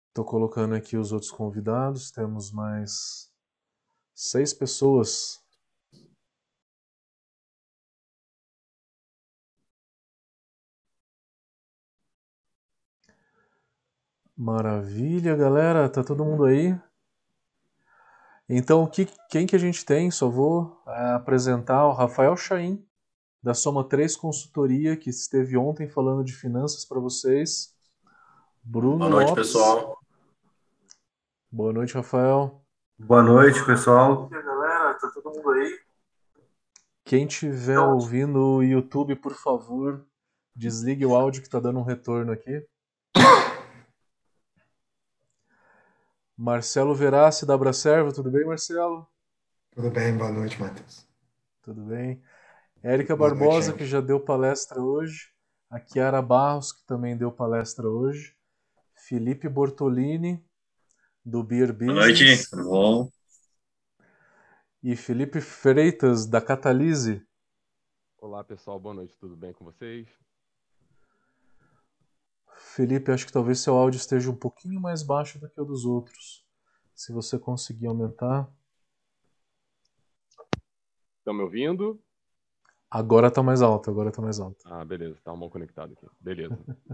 Estou colocando aqui os outros convidados. Temos mais 6 pessoas. Maravilha, galera. Tá todo mundo aí? Então, quem que a gente tem? Só vou apresentar o Rafael Chaim, da Soma 3 Consultoria, que esteve ontem falando de finanças para vocês. Bruno Boa noite, Lopes. pessoal. Boa noite, Rafael. Boa noite, pessoal. E aí, galera, tá todo mundo aí? Quem estiver ouvindo o YouTube, por favor, desligue o áudio que está dando um retorno aqui. Marcelo Verassi, da Abracerva, tudo bem, Marcelo? Tudo bem? Boa noite, Matheus. Tudo bem. Érica Boa noite, Barbosa, que gente. já deu palestra hoje. A Chiara Barros, que também deu palestra hoje. Felipe Bortolini, do Beer Boa noite, Business. tudo bom? E Felipe Freitas, da Catalise. Olá pessoal, boa noite, tudo bem com vocês? Felipe, acho que talvez seu áudio esteja um pouquinho mais baixo do que o dos outros. Se você conseguir aumentar. Estão me ouvindo? Agora tá mais alto, agora tá mais alto. Ah, beleza, tá mal conectado aqui. Beleza.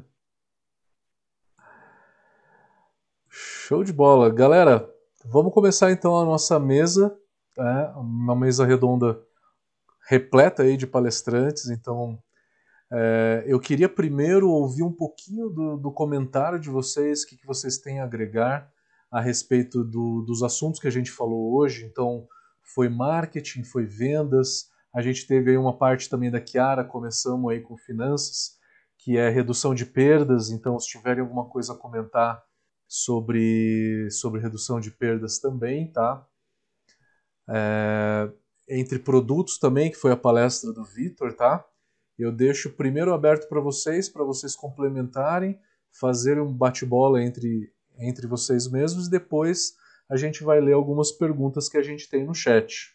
Show de bola. Galera, vamos começar então a nossa mesa, uma mesa redonda repleta aí de palestrantes. Então, eu queria primeiro ouvir um pouquinho do comentário de vocês, o que vocês têm a agregar a respeito dos assuntos que a gente falou hoje. Então, foi marketing, foi vendas, a gente teve aí uma parte também da Chiara, começamos aí com finanças, que é redução de perdas. Então, se tiverem alguma coisa a comentar sobre redução de perdas também, tá? Entre produtos também, que foi a palestra do Vitor, tá? Eu deixo primeiro aberto para vocês complementarem, fazer um bate-bola entre vocês mesmos, e depois a gente vai ler algumas perguntas que a gente tem no chat.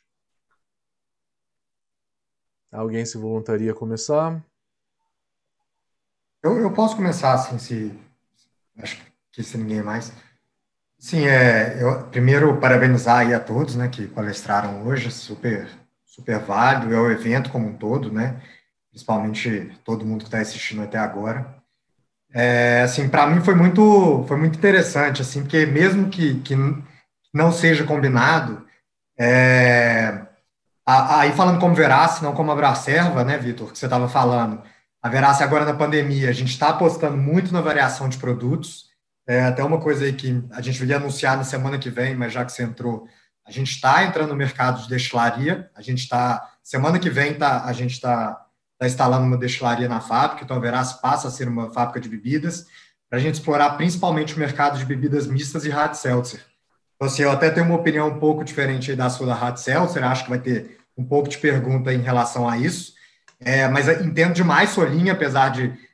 Alguém se voluntaria a começar? Eu posso começar, assim, acho que se ninguém mais. Sim, eu primeiro parabenizar aí a todos, né, que palestraram hoje, super, super válido, é o evento como um todo, né, principalmente todo mundo que está assistindo até agora. Assim, para mim foi muito interessante, assim, porque mesmo que não seja combinado, é, aí falando como Verácio, não como Abracerva, né, Vitor, que você estava falando. A Verácio agora na pandemia, a gente está apostando muito na variação de produtos. Até uma coisa aí que a gente ia anunciar na semana que vem, mas já que você entrou, a gente está entrando no mercado de destilaria. Semana que vem a gente está instalando uma destilaria na fábrica, então a Verácio passa a ser uma fábrica de bebidas, para a gente explorar principalmente o mercado de bebidas mistas e hard seltzer. Então, assim, eu até tenho uma opinião um pouco diferente aí da sua da hard seltzer, acho que vai ter um pouco de pergunta em relação a isso, mas entendo demais sua linha, apesar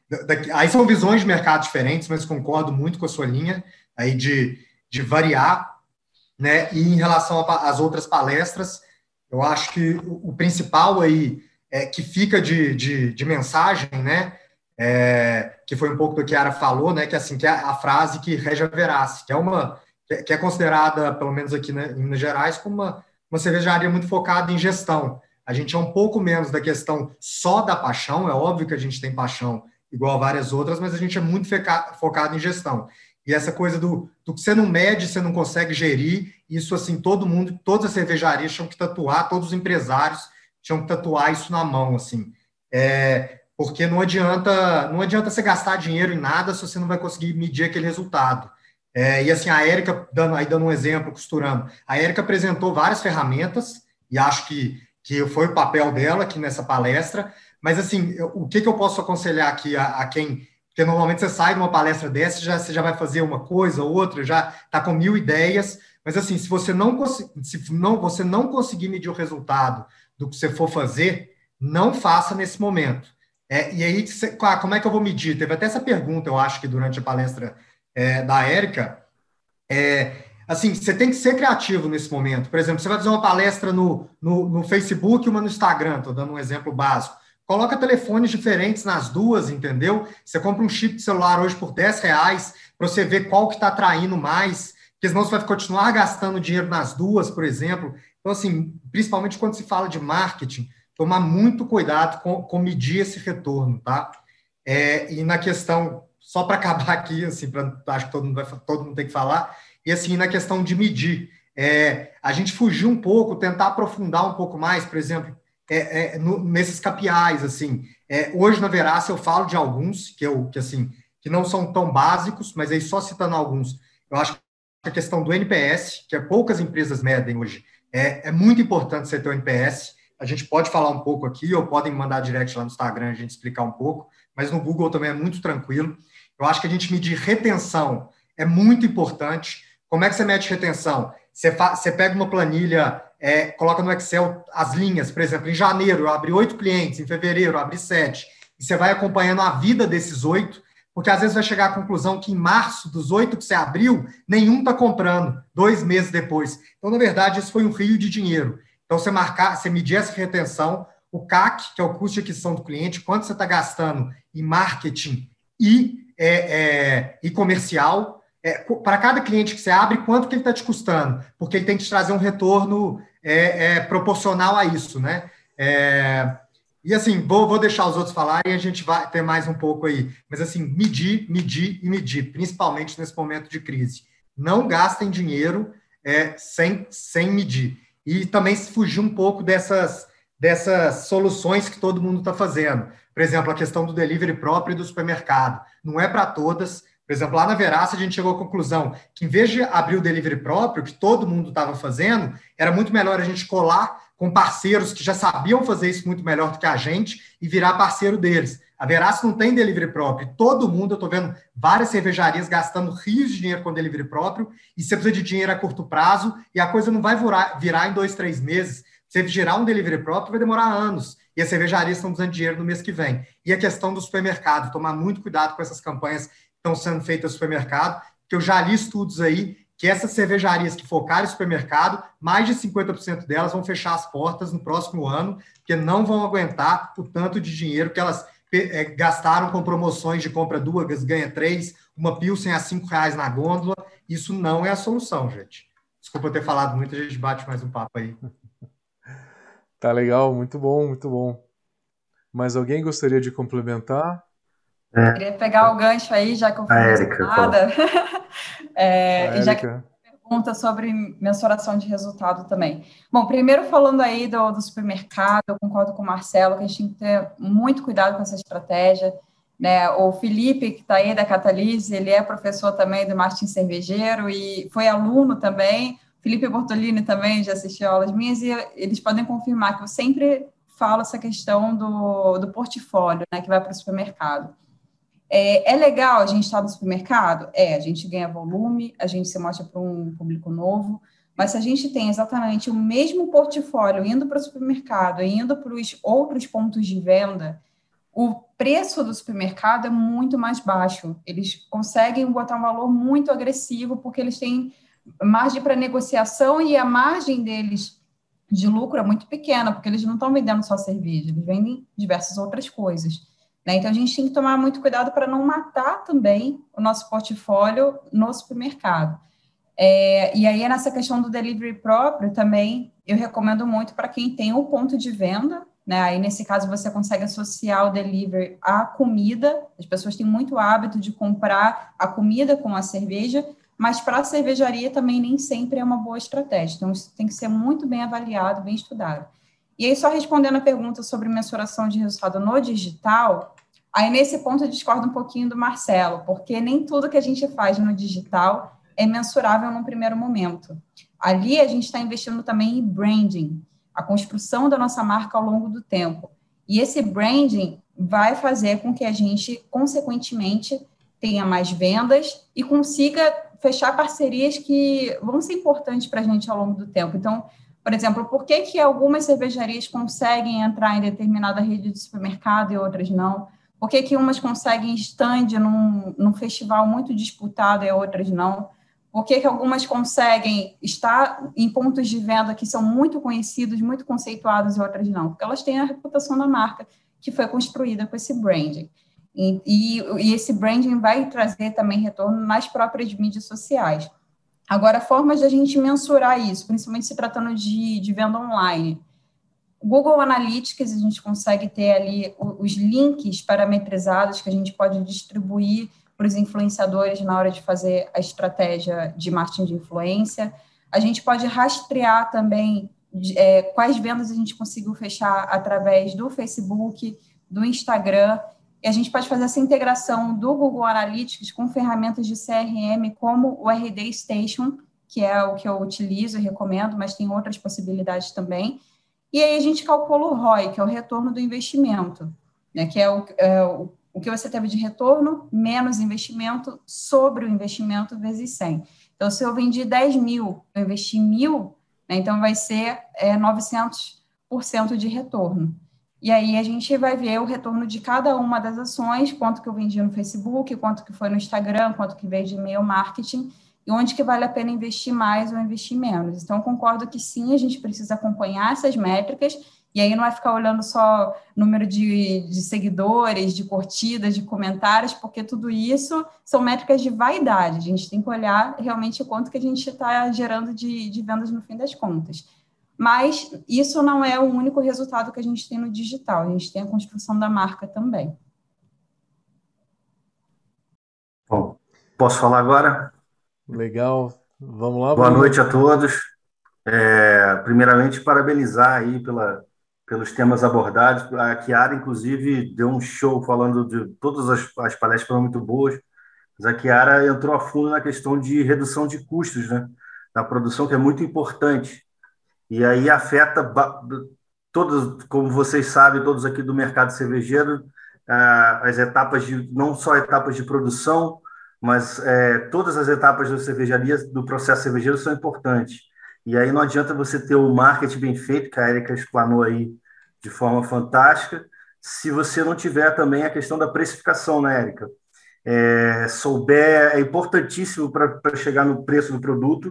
aí são visões de mercado diferentes, mas concordo muito com a sua linha aí de variar, né? E em relação às outras palestras, eu acho que o principal aí que fica de mensagem, né? Que foi um pouco do que a Ara falou, né? Que assim, que é a frase que rege a Verácio, que é considerada, pelo menos aqui, né, em Minas Gerais, como uma cervejaria muito focada em gestão. A gente é um pouco menos da questão só da paixão, é óbvio que a gente tem paixão igual a várias outras, mas a gente é muito focado em gestão. E essa coisa do que você não mede, você não consegue gerir, isso assim, todo mundo, todas as cervejarias tinham que tatuar, todos os empresários tinham que tatuar isso na mão, assim. Porque não adianta você gastar dinheiro em nada se você não vai conseguir medir aquele resultado. E assim, a Érica, dando um exemplo, costurando, a Érica apresentou várias ferramentas, e acho que foi o papel dela aqui nessa palestra, mas assim, o que eu posso aconselhar aqui a quem... Porque normalmente você sai de uma palestra dessa, você já vai fazer uma coisa, outra, já está com 1000 ideias, mas assim, se você você não conseguir medir o resultado do que você for fazer, não faça nesse momento. E aí, como é que eu vou medir? Teve até essa pergunta, eu acho que durante a palestra da Érica, assim, você tem que ser criativo nesse momento. Por exemplo, você vai fazer uma palestra no Facebook e uma no Instagram, estou dando um exemplo básico. Coloca telefones diferentes nas duas, entendeu? Você compra um chip de celular hoje por R$10, para você ver qual que está atraindo mais, porque senão você vai continuar gastando dinheiro nas duas, por exemplo. Então, assim, principalmente quando se fala de marketing, tomar muito cuidado com medir esse retorno, tá? E na questão, só para acabar aqui, assim, acho que todo mundo tem que falar, e assim, na questão de medir, a gente fugir um pouco, tentar aprofundar um pouco mais, por exemplo, nesses KPIs, assim. Hoje, na Veracity, eu falo de alguns que não são tão básicos, mas aí só citando alguns, eu acho que a questão do NPS, que poucas empresas medem hoje, é muito importante você ter o NPS. A gente pode falar um pouco aqui, ou podem mandar direct lá no Instagram, a gente explicar um pouco, mas no Google também é muito tranquilo. Eu acho que a gente medir retenção é muito importante. Como é que você mede retenção? Você pega uma planilha, coloca no Excel as linhas, por exemplo, em janeiro eu abri 8 clientes, em fevereiro eu abri 7, e você vai acompanhando a vida desses 8, porque às vezes vai chegar à conclusão que em março, dos 8 que você abriu, nenhum está comprando, 2 meses depois. Então, na verdade, isso foi um rio de dinheiro. Então, você medir essa retenção, o CAC, que é o custo de aquisição do cliente, quanto você está gastando em marketing e comercial, para cada cliente que você abre, quanto que ele está te custando, porque ele tem que te trazer um retorno proporcional a isso, né? E assim, vou deixar os outros falarem e a gente vai ter mais um pouco aí. Mas assim, medir e medir, principalmente nesse momento de crise. Não gastem dinheiro sem medir. E também se fugir um pouco dessas soluções que todo mundo está fazendo. Por exemplo, a questão do delivery próprio e do supermercado. Não é para todas. Por exemplo, lá na Veracity, a gente chegou à conclusão que, em vez de abrir o delivery próprio, que todo mundo estava fazendo, era muito melhor a gente colar com parceiros que já sabiam fazer isso muito melhor do que a gente e virar parceiro deles. A Veracity não tem delivery próprio. Todo mundo, eu estou vendo várias cervejarias gastando rios de dinheiro com delivery próprio, e você precisa de dinheiro a curto prazo, e a coisa não vai virar em 2, 3 meses. Você gerar um delivery próprio vai demorar anos, e as cervejarias estão usando dinheiro no mês que vem. E a questão do supermercado, tomar muito cuidado com essas campanhas que estão sendo feitas no supermercado, que eu já li estudos aí, que essas cervejarias que focarem no supermercado, mais de 50% delas vão fechar as portas no próximo ano, porque não vão aguentar o tanto de dinheiro que elas gastaram com promoções de compra 2, ganha 3, uma Pilsen a R$5 na gôndola. Isso não é a solução, gente. Desculpa eu ter falado muito, a gente bate mais um papo aí. Tá legal, muito bom, muito bom. Mas alguém gostaria de complementar? Queria pegar o gancho aí, já que eu fui mencionada. E já que pergunta sobre mensuração de resultado também. Bom, primeiro falando aí do supermercado, eu concordo com o Marcelo que a gente tem que ter muito cuidado com essa estratégia, né? O Felipe, que está aí da Catalyse, ele é professor também do marketing cervejeiro e foi aluno também. Felipe Bortolini também já assistiu aulas minhas e eles podem confirmar que eu sempre falo essa questão do portfólio, né, que vai para o supermercado. É legal a gente estar no supermercado? A gente ganha volume, a gente se mostra para um público novo, mas se a gente tem exatamente o mesmo portfólio indo para o supermercado e indo para os outros pontos de venda, o preço do supermercado é muito mais baixo. Eles conseguem botar um valor muito agressivo porque eles têm margem para negociação e a margem deles de lucro é muito pequena, porque eles não estão vendendo só cerveja, eles vendem diversas outras coisas. Então, a gente tem que tomar muito cuidado para não matar também o nosso portfólio no supermercado. E aí, nessa questão do delivery próprio, também, eu recomendo muito para quem tem o ponto de venda, né? Aí, nesse caso, você consegue associar o delivery à comida. As pessoas têm muito hábito de comprar a comida com a cerveja, mas para a cervejaria também nem sempre é uma boa estratégia. Então, isso tem que ser muito bem avaliado, bem estudado. E aí, só respondendo a pergunta sobre mensuração de resultado no digital, aí nesse ponto eu discordo um pouquinho do Marcelo, porque nem tudo que a gente faz no digital é mensurável num primeiro momento. Ali a gente está investindo também em branding, a construção da nossa marca ao longo do tempo. E esse branding vai fazer com que a gente, consequentemente, tenha mais vendas e consiga fechar parcerias que vão ser importantes para a gente ao longo do tempo. Então, por exemplo, por que algumas cervejarias conseguem entrar em determinada rede de supermercado e outras não? Por que umas conseguem stand num festival muito disputado e outras não? Por que algumas conseguem estar em pontos de venda que são muito conhecidos, muito conceituados e outras não? Porque elas têm a reputação da marca que foi construída com esse branding. E esse branding vai trazer também retorno nas próprias mídias sociais. Agora, formas de a gente mensurar isso, principalmente se tratando de venda online. Google Analytics, a gente consegue ter ali os links parametrizados que a gente pode distribuir para os influenciadores na hora de fazer a estratégia de marketing de influência. A gente pode rastrear também quais vendas a gente conseguiu fechar através do Facebook, do Instagram, e a gente pode fazer essa integração do Google Analytics com ferramentas de CRM como o RD Station, que é o que eu utilizo e recomendo, mas tem outras possibilidades também. E aí a gente calcula o ROI, que é o retorno do investimento, né, que é o que você teve de retorno menos investimento sobre o investimento vezes 100. Então, se eu vendi 10 mil, eu investi 1.000, né, então vai ser 900% de retorno. E aí a gente vai ver o retorno de cada uma das ações, quanto que eu vendi no Facebook, quanto que foi no Instagram, quanto que veio de e-mail marketing, e onde que vale a pena investir mais ou investir menos. Então, concordo que sim, a gente precisa acompanhar essas métricas, e aí não vai ficar olhando só número de seguidores, de curtidas, de comentários, porque tudo isso são métricas de vaidade. A gente tem que olhar realmente o quanto que a gente está gerando de vendas no fim das contas. Mas isso não é o único resultado que a gente tem no digital, a gente tem a construção da marca também. Bom, posso falar agora? Legal, vamos lá. Boa noite a todos. Primeiramente, parabenizar aí pelos temas abordados. A Chiara, inclusive, deu um show falando de todas as palestras foram muito boas, mas a Chiara entrou a fundo na questão de redução de custos, né, na produção, que é muito importante. E aí afeta todos, como vocês sabem, todos aqui do mercado cervejeiro, as etapas não só etapas de produção, mas todas as etapas da cervejaria, do processo cervejeiro são importantes. E aí não adianta você ter o marketing bem feito, que a Érica explanou aí de forma fantástica, se você não tiver também a questão da precificação, né, Érica? É importantíssimo para chegar no preço do produto,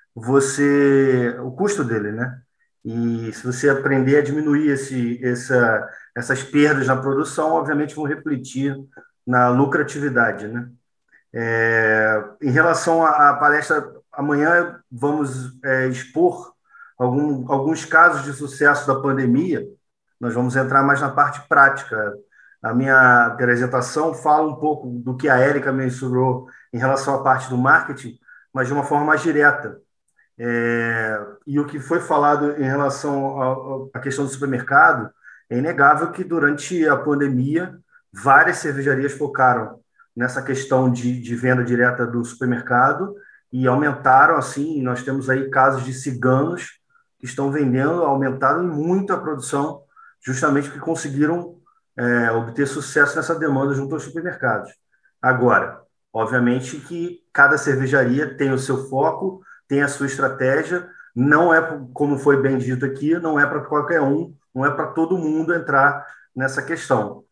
o custo dele, né? E se você aprender a diminuir essas perdas na produção, obviamente vão refletir na lucratividade, né? Em relação à palestra, amanhã vamos expor alguns casos de sucesso da pandemia. Nós vamos entrar mais na parte prática. A minha apresentação fala um pouco do que a Érica mencionou em relação à parte do marketing, mas de uma forma mais direta. E o que foi falado em relação à questão do supermercado, é inegável que durante a pandemia várias cervejarias focaram nessa questão de venda direta do supermercado e aumentaram, assim, nós temos aí casos de ciganos que estão vendendo, aumentaram muito a produção, justamente porque conseguiram obter sucesso nessa demanda junto aos supermercados. Agora, obviamente que cada cervejaria tem o seu foco, tem a sua estratégia, não é, como foi bem dito aqui, não é para qualquer um, não é para todo mundo entrar nessa questão.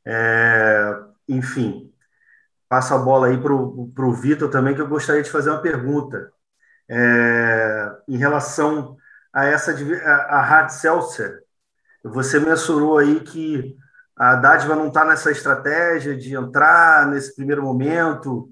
Enfim, passo a bola aí para o Vitor também, que eu gostaria de fazer uma pergunta. Em relação a Hard Seltzer, você mensurou aí que a Dádiva não está nessa estratégia de entrar nesse primeiro momento,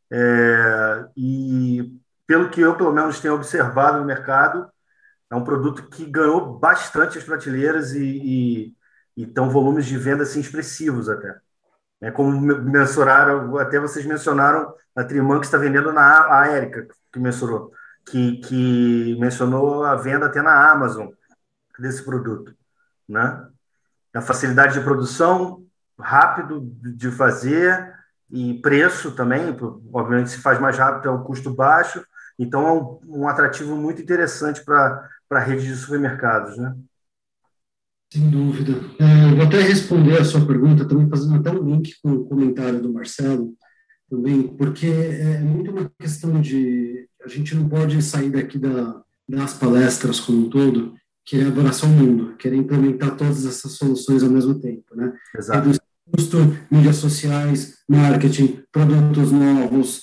e pelo que eu, pelo menos, tenho observado no mercado, é um produto que ganhou bastante as prateleiras e estão volumes de venda assim, expressivos até. Como mensuraram, até vocês mencionaram a Triman, que está vendendo a Érica, que mensurou, que mencionou a venda até na Amazon desse produto, né? A facilidade de produção, rápido de fazer e preço também, obviamente se faz mais rápido é um custo baixo, então é um atrativo muito interessante para a rede de supermercados, né? Sem dúvida. Vou até responder a sua pergunta, também fazendo até um link com o comentário do Marcelo, também, porque é muito uma questão de... A gente não pode sair daqui das palestras como um todo, querer abraçar o mundo, querer implementar todas essas soluções ao mesmo tempo, né? Exato. Reduzir custo, mídias sociais, marketing, produtos novos,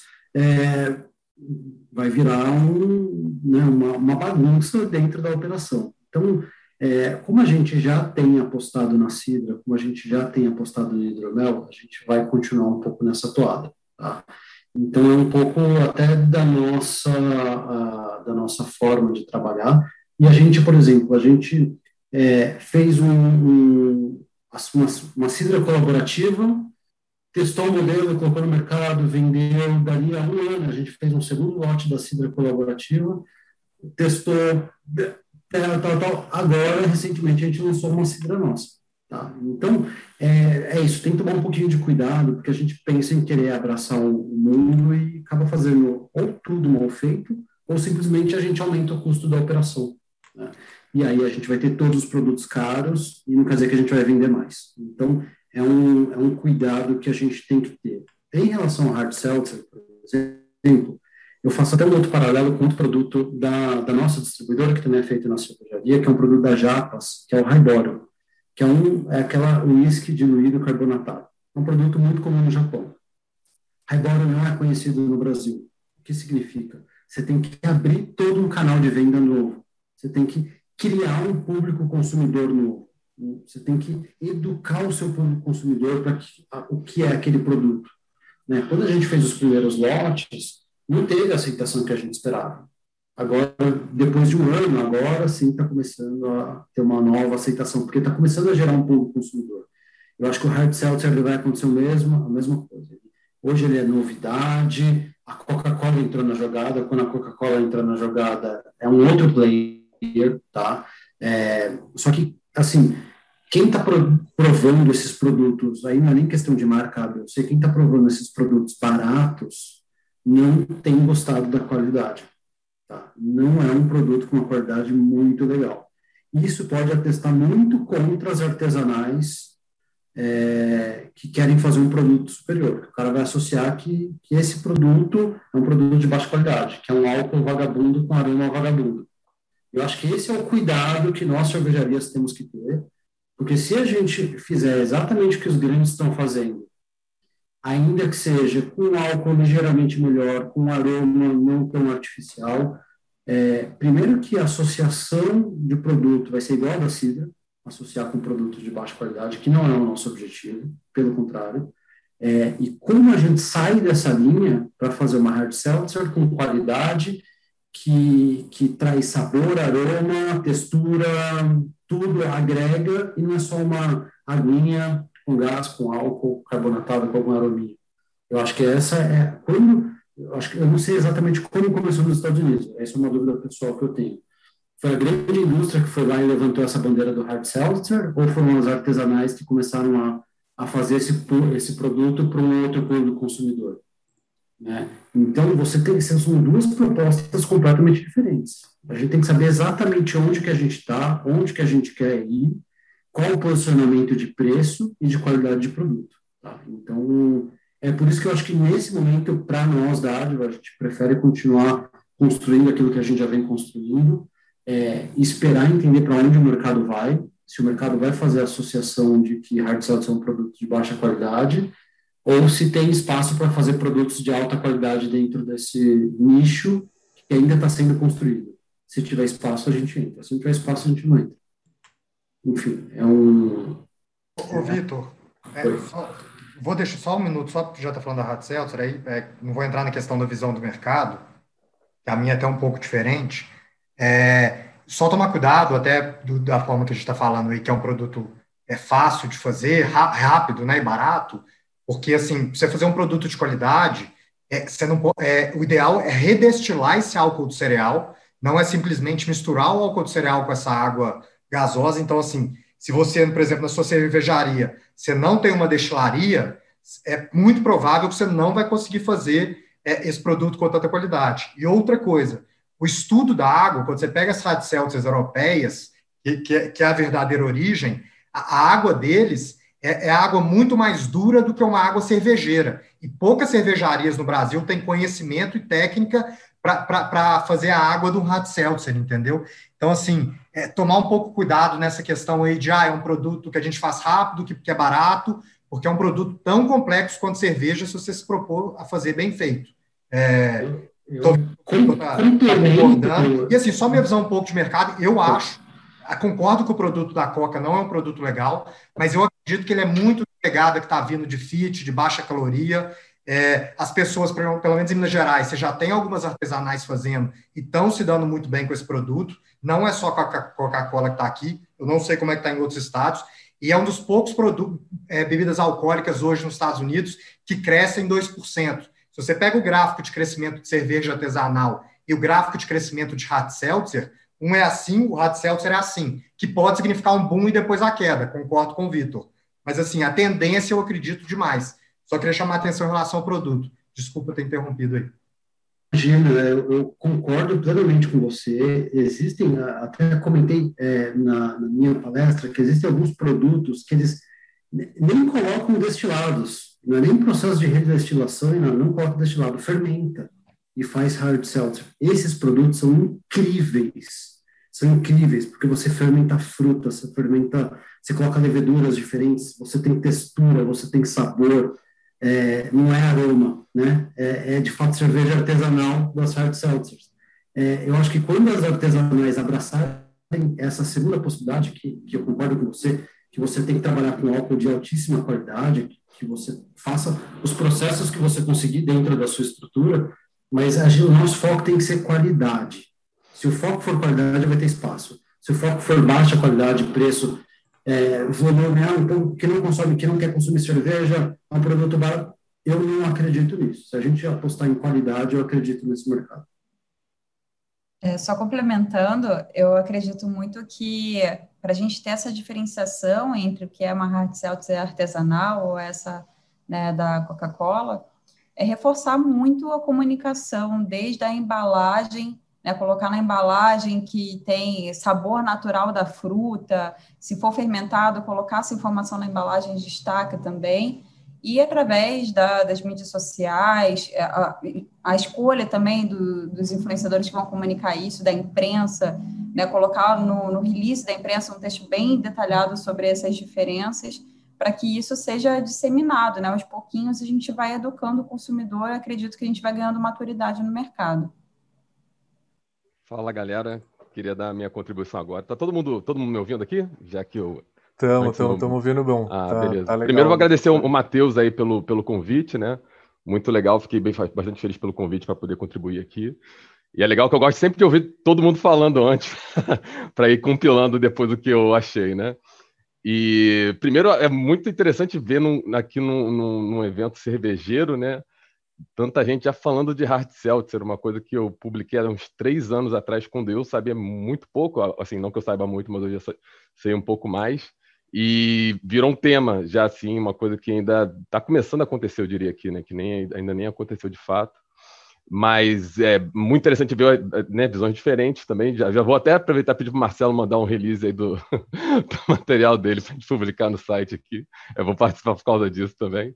vai virar uma bagunça dentro da operação. Então, Como a gente já tem apostado na cidra, como a gente já tem apostado no hidromel, a gente vai continuar um pouco nessa toada, tá? Então, é um pouco até da nossa forma de trabalhar. E a gente, por exemplo, fez uma cidra colaborativa, testou o modelo, colocou no mercado, vendeu, daria um ano, a gente fez um segundo lote da cidra colaborativa, testou, tal. Agora, recentemente, a gente lançou uma cidra nossa. Tá? Então, é isso, tem que tomar um pouquinho de cuidado, porque a gente pensa em querer abraçar o mundo e acaba fazendo ou tudo mal feito, ou simplesmente a gente aumenta o custo da operação. Né? E aí a gente vai ter todos os produtos caros e não quer dizer que a gente vai vender mais. Então, é um cuidado que a gente tem que ter. Em relação ao hard seltzer, por exemplo, eu faço até um outro paralelo com outro produto da nossa distribuidora, que também é feito na cervejaria, que é um produto da Japas, que é o Highbottle, que é aquela uísque diluído carbonatado. É um produto muito comum no Japão. Highbottle não é conhecido no Brasil. O que significa? Você tem que abrir todo um canal de venda novo. Você tem que criar um público consumidor novo. Você tem que educar o seu público consumidor para o que é aquele produto. Né? Quando a gente fez os primeiros lotes, não teve a aceitação que a gente esperava. Agora, depois de um ano, agora sim está começando a ter uma nova aceitação, porque está começando a gerar um público consumidor. Eu acho que o hard seltzer vai acontecer a mesma coisa. Hoje ele é novidade, a Coca-Cola entrou na jogada, quando a Coca-Cola entra na jogada é um outro player, tá? Só que, assim, quem está provando esses produtos, aí não é nem questão de marca, eu sei, quem está provando esses produtos baratos não tem gostado da qualidade. Tá? Não é um produto com uma qualidade muito legal. Isso pode atestar muito contra as artesanais que querem fazer um produto superior. O cara vai associar que esse produto é um produto de baixa qualidade, que é um álcool vagabundo com aroma vagabundo. Eu acho que esse é o cuidado que nós, cervejarias, temos que ter, porque se a gente fizer exatamente o que os grandes estão fazendo, ainda que seja com um álcool ligeiramente melhor, com um aroma não tão artificial, primeiro que a associação de produto vai ser igual a da cidra, associar com produtos de baixa qualidade, que não é o nosso objetivo, pelo contrário, e como a gente sai dessa linha para fazer uma hard seltzer com qualidade, que traz sabor, aroma, textura, tudo agrega, e não é só uma aguinha com gás, com álcool, carbonatado, com algum arominha. Eu acho que eu não sei exatamente como começou nos Estados Unidos, essa é uma dúvida pessoal que eu tenho. Foi a grande indústria que foi lá e levantou essa bandeira do hard seltzer, ou foram os artesanais que começaram a fazer esse produto para um outro público consumidor? Né? Então, são duas propostas completamente diferentes. A gente tem que saber exatamente onde que a gente está, onde que a gente quer ir, qual o posicionamento de preço e de qualidade de produto. Tá? Então, é por isso que eu acho que nesse momento, para nós da Adva, a gente prefere continuar construindo aquilo que a gente já vem construindo, esperar entender para onde o mercado vai, se o mercado vai fazer a associação de que hard seltzer é um produto de baixa qualidade, ou se tem espaço para fazer produtos de alta qualidade dentro desse nicho que ainda está sendo construído. Se tiver espaço, a gente entra. Se não tiver espaço, a gente não entra. Enfim, Ô, Vitor, vou deixar só um minuto, só porque já está falando da hard seltzer, aí não vou entrar na questão da visão do mercado, que a minha é até um pouco diferente. Só tomar cuidado até da forma que a gente está falando aí, que é um produto fácil de fazer, rápido, né, e barato, porque, assim, você fazer um produto de qualidade, o ideal é redestilar esse álcool do cereal, não é simplesmente misturar o álcool do cereal com essa água gasosa. Então, assim, se você, por exemplo, na sua cervejaria, você não tem uma destilaria, é muito provável que você não vai conseguir fazer esse produto com tanta qualidade. E outra coisa, o estudo da água, quando você pega as hard seltzers europeias, que é a verdadeira origem, a água deles é água muito mais dura do que uma água cervejeira. E poucas cervejarias no Brasil têm conhecimento e técnica para fazer a água do hard seltzer, entendeu? Então, assim, tomar um pouco cuidado nessa questão aí de, é um produto que a gente faz rápido, que é barato, porque é um produto tão complexo quanto cerveja, se você se propor a fazer bem feito. Concordando. E, assim, só minha visão um pouco de mercado, eu acho concordo que o produto da Coca não é um produto legal, mas eu acredito que ele é muito pegada que está vindo de fit, de baixa caloria. As pessoas, pelo menos em Minas Gerais, você já tem algumas artesanais fazendo e estão se dando muito bem com esse produto. Não é só a Coca-Cola que está aqui, eu não sei como é que está em outros estados, e é um dos poucos bebidas alcoólicas hoje nos Estados Unidos que crescem 2%. Se você pega o gráfico de crescimento de cerveja artesanal e o gráfico de crescimento de hard seltzer, um é assim, o hard seltzer é assim, que pode significar um boom e depois a queda, concordo com o Vitor. Mas, assim, a tendência eu acredito demais. Só queria chamar a atenção em relação ao produto. Desculpa ter interrompido aí. Imagina, eu concordo plenamente com você. Existem, até comentei na minha palestra, que existem alguns produtos que eles nem colocam destilados, não é nem processo de redestilação, não coloca destilado, fermenta e faz hard seltzer. Esses produtos são incríveis, porque você fermenta fruta, você coloca leveduras diferentes, você tem textura, você tem sabor, não é aroma, né? É de fato cerveja artesanal das hard seltzers. Eu acho que quando as artesanais abraçarem essa segunda possibilidade, que eu concordo com você, que você tem que trabalhar com álcool de altíssima qualidade, que você faça os processos que você conseguir dentro da sua estrutura, mas o nosso foco tem que ser qualidade. Se o foco for qualidade, vai ter espaço. Se o foco for baixa qualidade, preço, volume, então, que não consome, que não quer consumir cerveja, é um produto barato, eu não acredito nisso. Se a gente apostar em qualidade, eu acredito nesse mercado. Só complementando, eu acredito muito que para a gente ter essa diferenciação entre o que é uma hard seltzer artesanal ou essa, né, da Coca-Cola, é reforçar muito a comunicação, desde a embalagem, né, colocar na embalagem que tem sabor natural da fruta, se for fermentado, colocar essa informação na embalagem, destaca também, e através das mídias sociais, a escolha também dos influenciadores que vão comunicar isso, da imprensa, né, colocar no release da imprensa um texto bem detalhado sobre essas diferenças, para que isso seja disseminado, né, aos pouquinhos a gente vai educando o consumidor, acredito que a gente vai ganhando maturidade no mercado. Fala, galera. Queria dar a minha contribuição agora. Tá todo mundo me ouvindo aqui? Já que eu... Estamos ouvindo bom. Beleza. Tá legal. Primeiro, vou agradecer o Matheus aí pelo convite, né? Muito legal, fiquei bastante feliz pelo convite para poder contribuir aqui. E é legal que eu gosto sempre de ouvir todo mundo falando antes, para ir compilando depois o que eu achei, né? E, primeiro, é muito interessante ver aqui num evento cervejeiro, né? Tanta gente já falando de hard seltzer, uma coisa que eu publiquei há uns 3 anos atrás, quando eu sabia muito pouco, assim, não que eu saiba muito, mas eu já sei um pouco mais, e virou um tema, já assim, uma coisa que ainda está começando a acontecer, eu diria aqui, né, que ainda nem aconteceu de fato, mas é muito interessante ver, né, visões diferentes também. Já vou até aproveitar e pedir para o Marcelo mandar um release aí do material dele para a gente publicar no site aqui, eu vou participar por causa disso também.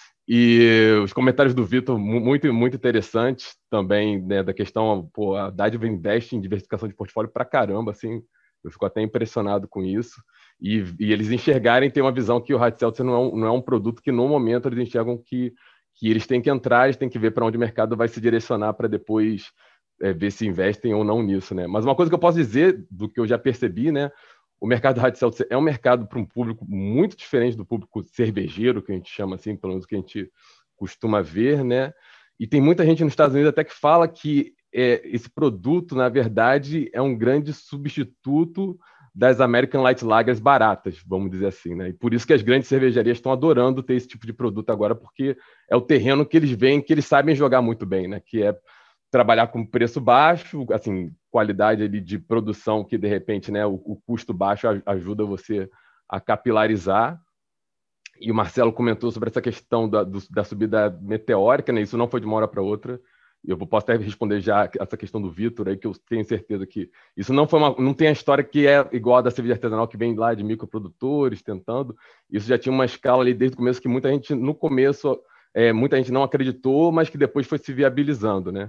E os comentários do Vitor, muito, muito interessantes também, né, da questão, a Dádiva investe em diversificação de portfólio pra caramba, assim, eu fico até impressionado com isso, e eles enxergarem, ter uma visão que o hard seltzer não é um produto que, no momento, eles enxergam que eles têm que entrar, eles têm que ver para onde o mercado vai se direcionar para depois ver se investem ou não nisso, né? Mas uma coisa que eu posso dizer, do que eu já percebi, né, o mercado hard seltzer é um mercado para um público muito diferente do público cervejeiro, que a gente chama assim, pelo menos que a gente costuma ver, né? E tem muita gente nos Estados Unidos até que fala que esse produto, na verdade, é um grande substituto das American Light Lagers baratas, vamos dizer assim, né? E por isso que as grandes cervejarias estão adorando ter esse tipo de produto agora, porque é o terreno que eles veem, que eles sabem jogar muito bem, né? Que é trabalhar com preço baixo, assim, qualidade ali de produção que, de repente, né, o custo baixo ajuda você a capilarizar. E o Marcelo comentou sobre essa questão da subida meteórica, né? Isso não foi de uma hora para outra. Eu posso até responder já essa questão do Vitor aí, que eu tenho certeza que isso não tem a história que é igual a da cerveja artesanal, que vem lá de microprodutores tentando. Isso já tinha uma escala ali desde o começo, que muita gente, no começo, muita gente não acreditou, mas que depois foi se viabilizando, né?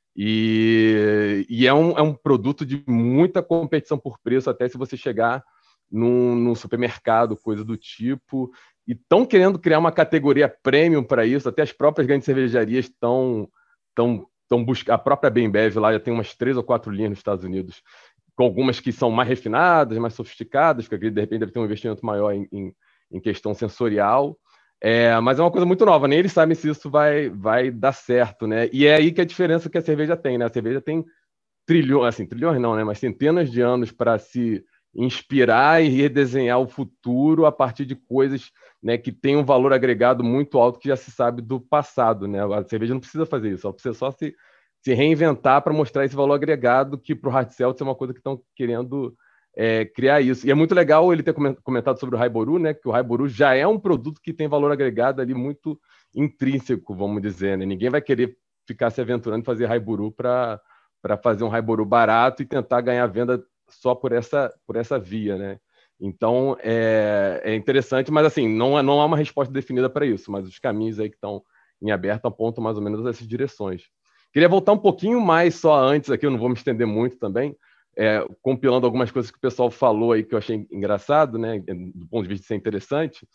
E é um produto de muita competição por preço, até se você chegar num supermercado, coisa do tipo, e estão querendo criar uma categoria premium para isso, até as próprias grandes cervejarias estão buscando, a própria Bembev lá já tem umas 3 ou 4 linhas nos Estados Unidos, com algumas que são mais refinadas, mais sofisticadas, que de repente deve ter um investimento maior em questão sensorial. Mas é uma coisa muito nova, nem eles sabem se isso vai dar certo, né? E é aí que a diferença que a cerveja tem, né? A cerveja tem trilhões, assim, trilhões não, né? Mas centenas de anos para se inspirar e redesenhar o futuro a partir de coisas, né, que têm um valor agregado muito alto que já se sabe do passado, né? A cerveja não precisa fazer isso, ela precisa só se reinventar para mostrar esse valor agregado que para o hard seltzer é uma coisa que estão querendo criar isso. E é muito legal ele ter comentado sobre o Haiburu, né? Que o Haiburu já é um produto que tem valor agregado ali muito intrínseco, vamos dizer, né? Ninguém vai querer ficar se aventurando em fazer Haiburu para fazer um Haiburu barato e tentar ganhar venda só por essa via, né? Então, é interessante, mas assim, não há uma resposta definida para isso, mas os caminhos aí que estão em aberto apontam mais ou menos essas direções. Queria voltar um pouquinho mais só antes aqui, eu não vou me estender muito também, compilando algumas coisas que o pessoal falou aí que eu achei engraçado, né, do ponto de vista de ser interessante,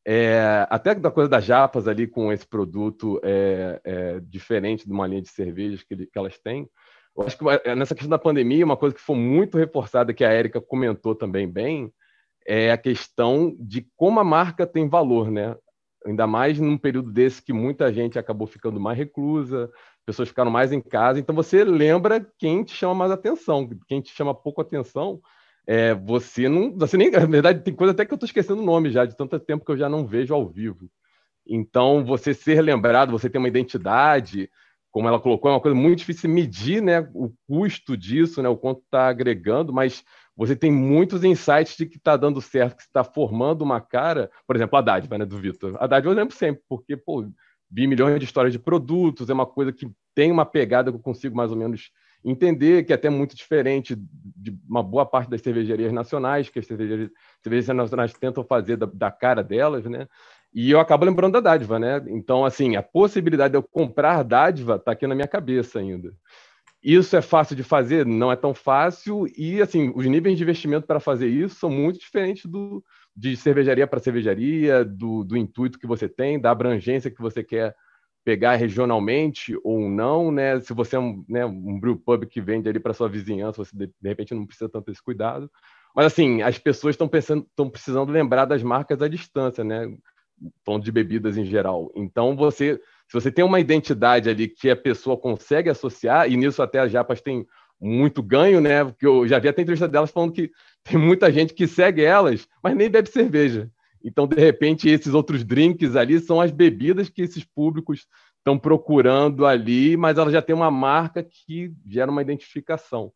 até da coisa das japas ali com esse produto diferente de uma linha de cervejas que elas têm. Eu acho que nessa questão da pandemia, uma coisa que foi muito reforçada, que a Érica comentou também bem, é a questão de como a marca tem valor, né? Ainda mais num período desse que muita gente acabou ficando mais reclusa, pessoas ficaram mais em casa. Então você lembra quem te chama mais atenção, quem te chama pouco atenção. Você nem, na verdade, tem coisa até que eu estou esquecendo o nome já, de tanto tempo que eu já não vejo ao vivo. Então, você ser lembrado, você ter uma identidade, como ela colocou, é uma coisa muito difícil de medir, né, o custo disso, né, o quanto está agregando, mas você tem muitos insights de que está dando certo, que está formando uma cara, por exemplo, a dádiva, né, do Vitor. A dádiva eu lembro sempre, porque, vi milhões de histórias de produtos, é uma coisa que tem uma pegada que eu consigo mais ou menos entender, que é até muito diferente de uma boa parte das cervejarias nacionais, que as cervejarias nacionais tentam fazer da cara delas, né? E eu acabo lembrando da dádiva, né? Então, assim, a possibilidade de eu comprar dádiva está aqui na minha cabeça ainda. Isso é fácil de fazer? Não é tão fácil. E, assim, os níveis de investimento para fazer isso são muito diferentes de cervejaria para cervejaria, do intuito que você tem, da abrangência que você quer pegar regionalmente ou não, né? Se você é um brew pub que vende ali para sua vizinhança, você de repente não precisa tanto desse cuidado. Mas, assim, as pessoas estão precisando lembrar das marcas à distância, né? Falando de bebidas em geral. Então, se você tem uma identidade ali que a pessoa consegue associar, e nisso até as japas têm muito ganho, né? Porque eu já vi até entrevista delas falando que tem muita gente que segue elas, mas nem bebe cerveja. Então, de repente, esses outros drinks ali são as bebidas que esses públicos estão procurando ali, mas ela já tem uma marca que gera uma identificação.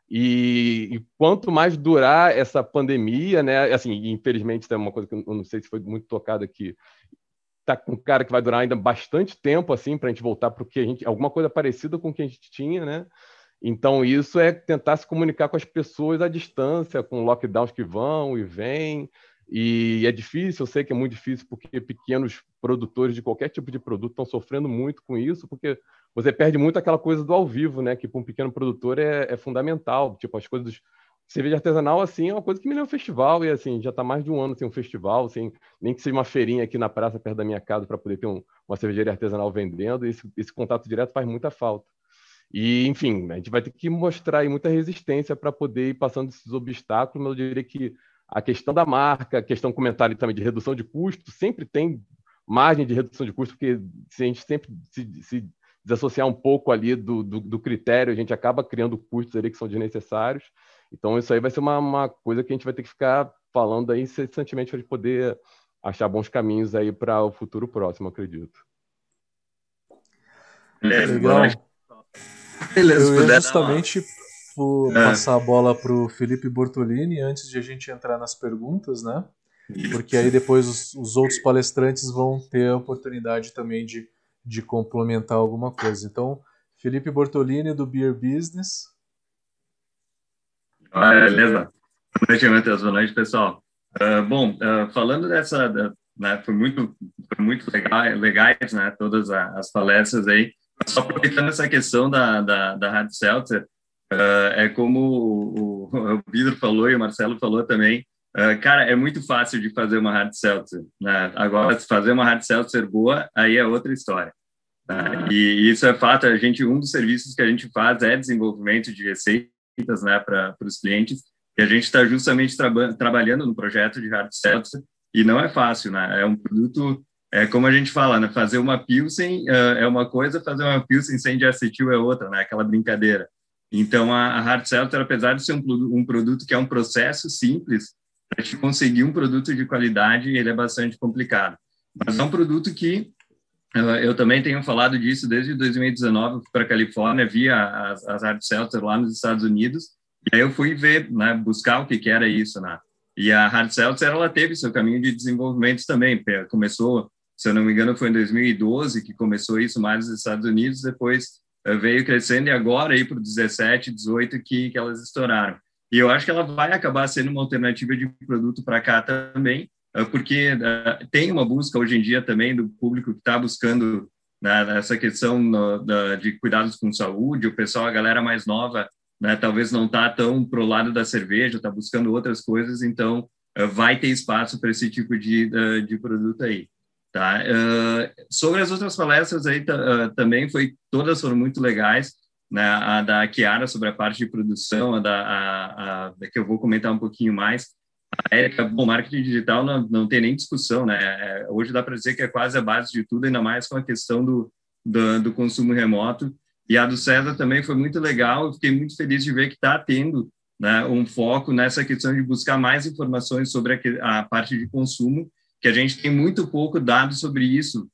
E quanto mais durar essa pandemia, né? Assim, infelizmente, isso é uma coisa que eu não sei se foi muito tocada aqui. Tá com um cara que vai durar ainda bastante tempo, assim, para a gente voltar para o que alguma coisa parecida com o que a gente tinha, né? Então, isso é tentar se comunicar com as pessoas à distância, com lockdowns que vão e vêm. E é difícil, eu sei que é muito difícil, porque pequenos produtores de qualquer tipo de produto estão sofrendo muito com isso, porque você perde muito aquela coisa do ao vivo, né? Que para um pequeno produtor é fundamental. Tipo, as coisas. Cerveja artesanal, assim, é uma coisa que me lembra um festival, e assim, já está mais de um ano sem um festival, assim, nem que seja uma feirinha aqui na praça, perto da minha casa, para poder ter uma cervejaria artesanal vendendo, e esse contato direto faz muita falta. E, enfim, a gente vai ter que mostrar aí muita resistência para poder ir passando esses obstáculos, mas eu diria que a questão da marca, a questão comentário também de redução de custo, sempre tem margem de redução de custo, porque se a gente sempre se desassociar um pouco ali do critério, a gente acaba criando custos ali que são desnecessários. Então, isso aí vai ser uma coisa que a gente vai ter que ficar falando aí incessantemente para poder achar bons caminhos aí para o futuro próximo, acredito. Legal. Beleza, eu ia justamente passar a bola para o Felipe Bortolini antes de a gente entrar nas perguntas, né? Porque aí depois os outros palestrantes vão ter a oportunidade também de complementar alguma coisa. Então, Felipe Bortolini, do Beer Business. Beleza. Boa noite, Matheus. Boa noite, pessoal. Falando dessa... né, foi muito legais, né, todas as palestras aí. Só aproveitando essa questão da Hard Seltzer, é como o Pedro falou e o Marcelo falou também, cara, é muito fácil de fazer uma Hard Seltzer, né? Agora, se fazer uma Hard Seltzer boa, aí é outra história. E isso é fato, um dos serviços que a gente faz é desenvolvimento de receita ferramentas, né, para os clientes. E a gente está justamente trabalhando no projeto de hard seltzer, e não é fácil, né? É um produto, como a gente fala, né? Fazer uma Pilsen é uma coisa, fazer uma Pilsen sem diacetil é outra, né? Aquela brincadeira. Então, a hard seltzer, apesar de ser um produto que é um processo simples, para gente conseguir um produto de qualidade, ele é bastante complicado. Mas é um produto que eu também tenho falado disso desde 2019 para a Califórnia, via as hard seltzer lá nos Estados Unidos, e aí eu fui ver, né, buscar o que era isso, né? E a hard seltzer, ela teve seu caminho de desenvolvimento também. Começou, se eu não me engano, foi em 2012 que começou isso mais nos Estados Unidos, depois veio crescendo, e agora aí para o 17, 18 que elas estouraram. E eu acho que ela vai acabar sendo uma alternativa de produto para cá também, porque tem uma busca hoje em dia também do público que está buscando, né, essa questão de cuidados com saúde, o pessoal, a galera mais nova, né, talvez não está tão pro lado da cerveja, está buscando outras coisas, então vai ter espaço para esse tipo de produto aí. Tá? Sobre as outras palestras aí também todas foram muito legais, né? A da Chiara sobre a parte de produção, a que eu vou comentar um pouquinho mais. A Érica, bom, marketing digital não tem nem discussão, né? Hoje dá para dizer que é quase a base de tudo, ainda mais com a questão do consumo remoto. E a do César também foi muito legal, eu fiquei muito feliz de ver que está tendo, né, um foco nessa questão de buscar mais informações sobre a parte de consumo, que a gente tem muito pouco dado sobre isso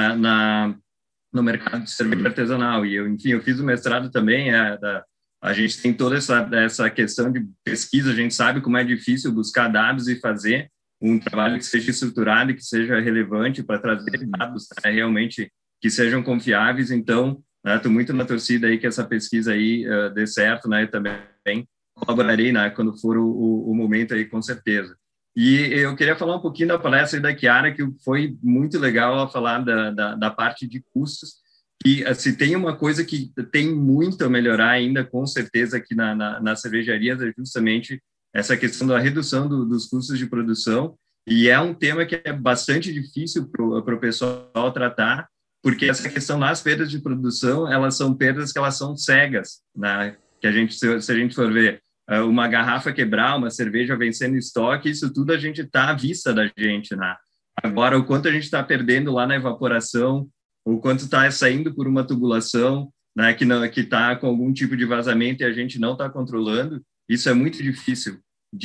no mercado de cerveja artesanal. E enfim, eu fiz o mestrado também, a gente tem toda essa questão de pesquisa, a gente sabe como é difícil buscar dados e fazer um trabalho que seja estruturado e que seja relevante para trazer dados, né, realmente que sejam confiáveis. Então, estou muito na torcida aí que essa pesquisa aí dê certo, né? Eu também colaborarei, né, quando for o momento aí, com certeza. E eu queria falar um pouquinho da palestra aí da Chiara, que foi muito legal ela falar da parte de custos, e se tem uma coisa que tem muito a melhorar ainda, com certeza, aqui nas cervejarias, é justamente essa questão da redução dos custos de produção, e é um tema que é bastante difícil para o pessoal tratar, porque essa questão nas perdas de produção, elas são perdas que elas são cegas, né? Que se a gente for ver, uma garrafa quebrar, uma cerveja vencendo estoque, isso tudo a gente está à vista da gente, né? Agora, o quanto a gente está perdendo lá na evaporação, o quanto está saindo por uma tubulação, né, que está com algum tipo de vazamento e a gente não está controlando, isso é muito difícil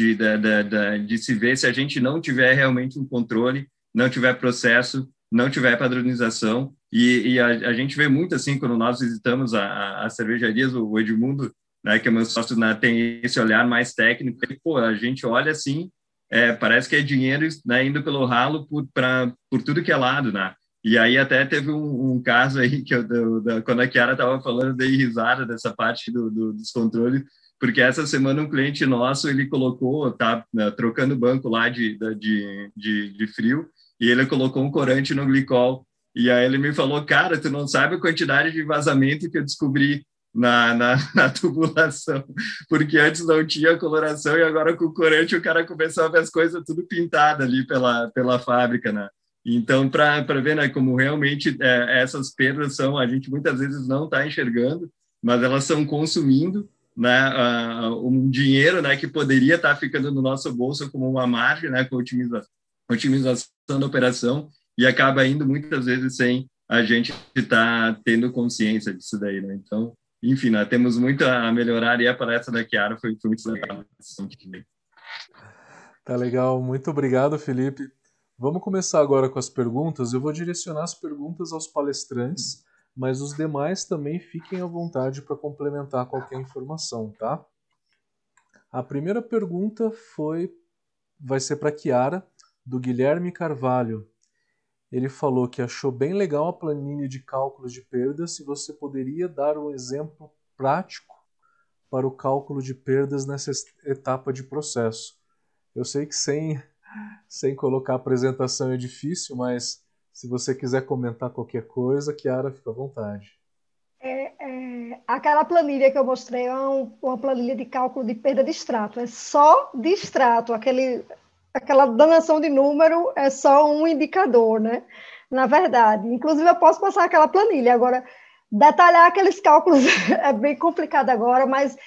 de se ver se a gente não tiver realmente um controle, não tiver processo, não tiver padronização. E a gente vê muito assim, quando nós visitamos as cervejarias, o Edmundo, né, que é meu sócio, né, tem esse olhar mais técnico, e, pô, a gente olha assim, parece que é dinheiro, né, indo pelo ralo por tudo que é lado, né? E aí até teve um caso aí que quando a Chiara estava falando, dei risada dessa parte dos controles, porque essa semana um cliente nosso, ele colocou, né, trocando banco lá de frio, e ele colocou um corante no glicol, e aí ele me falou, cara, tu não sabe a quantidade de vazamento que eu descobri na tubulação, porque antes não tinha coloração, e agora com o corante o cara começou a ver as coisas tudo pintadas ali pela fábrica, né? Então, para ver, né, como realmente essas perdas a gente muitas vezes não está enxergando, mas elas estão consumindo, né, um dinheiro, né, que poderia estar ficando no nosso bolso como uma margem, né, com otimização da operação, e acaba indo muitas vezes sem a gente estar tendo consciência disso daí, né? Então, enfim, né, temos muito a melhorar, e a palestra da Chiara foi muito legal. Tá legal, muito obrigado, Felipe. Vamos começar agora com as perguntas. Eu vou direcionar as perguntas aos palestrantes, mas os demais também fiquem à vontade para complementar qualquer informação, tá? A primeira pergunta vai ser para a Chiara, do Guilherme Carvalho. Ele falou que achou bem legal a planilha de cálculos de perdas, se você poderia dar um exemplo prático para o cálculo de perdas nessa etapa de processo. Eu sei que sem colocar a apresentação é difícil, mas se você quiser comentar qualquer coisa, Chiara, fica à vontade. Aquela planilha que eu mostrei é uma planilha de cálculo de perda de extrato. É só de extrato. Aquela danação de número é só um indicador, né? Na verdade. Inclusive, eu posso passar aquela planilha. Agora, detalhar aqueles cálculos é bem complicado agora, mas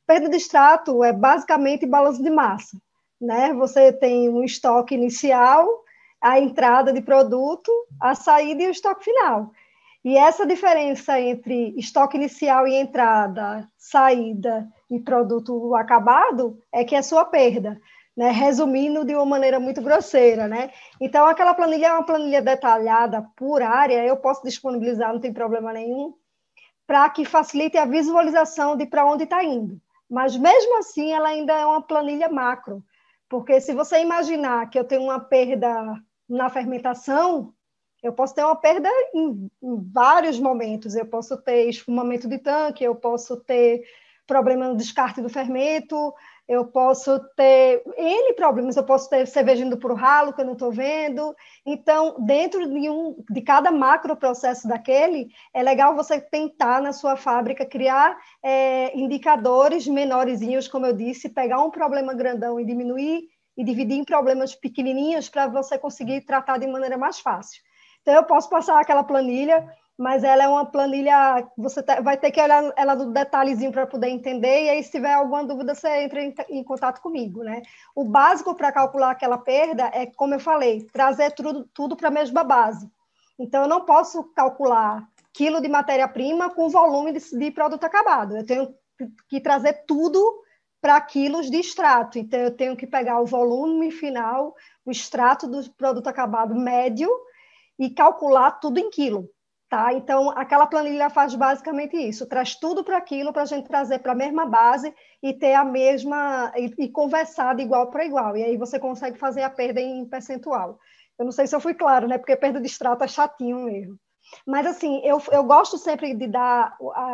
perda de extrato é basicamente balanço de massa, né? Você tem um estoque inicial, a entrada de produto, a saída e o estoque final. E essa diferença entre estoque inicial e entrada, saída e produto acabado é que é sua perda, né? Resumindo de uma maneira muito grosseira, né? Então, aquela planilha é uma planilha detalhada por área, eu posso disponibilizar, não tem problema nenhum, para que facilite a visualização de para onde está indo. Mas, mesmo assim, ela ainda é uma planilha macro, porque se você imaginar que eu tenho uma perda na fermentação, eu posso ter uma perda em vários momentos. Eu posso ter esfumamento de tanque, eu posso ter problema no descarte do fermento, eu posso ter N problemas, eu posso ter cerveja indo para o ralo que eu não estou vendo. Então, dentro de cada macro processo daquele, é legal você tentar, na sua fábrica, criar indicadores menorzinhos, como eu disse, pegar um problema grandão e diminuir e dividir em problemas pequenininhos para você conseguir tratar de maneira mais fácil. Então, eu posso passar aquela planilha, mas ela é uma planilha, você vai ter que olhar ela do detalhezinho para poder entender, e aí, se tiver alguma dúvida, você entra em contato comigo, né? O básico para calcular aquela perda é, como eu falei, trazer tudo para a mesma base. Então, eu não posso calcular quilo de matéria-prima com volume de produto acabado. Eu tenho que trazer tudo para quilos de extrato. Então, eu tenho que pegar o volume final, o extrato do produto acabado médio, e calcular tudo em quilo, tá? Então, aquela planilha faz basicamente isso, traz tudo para aquilo, para a gente trazer para a mesma base e ter a mesma, e conversar de igual para igual, e aí você consegue fazer a perda em percentual. Eu não sei se eu fui claro, né? Porque perda de extrato é chatinho mesmo. Mas, assim, eu gosto sempre de dar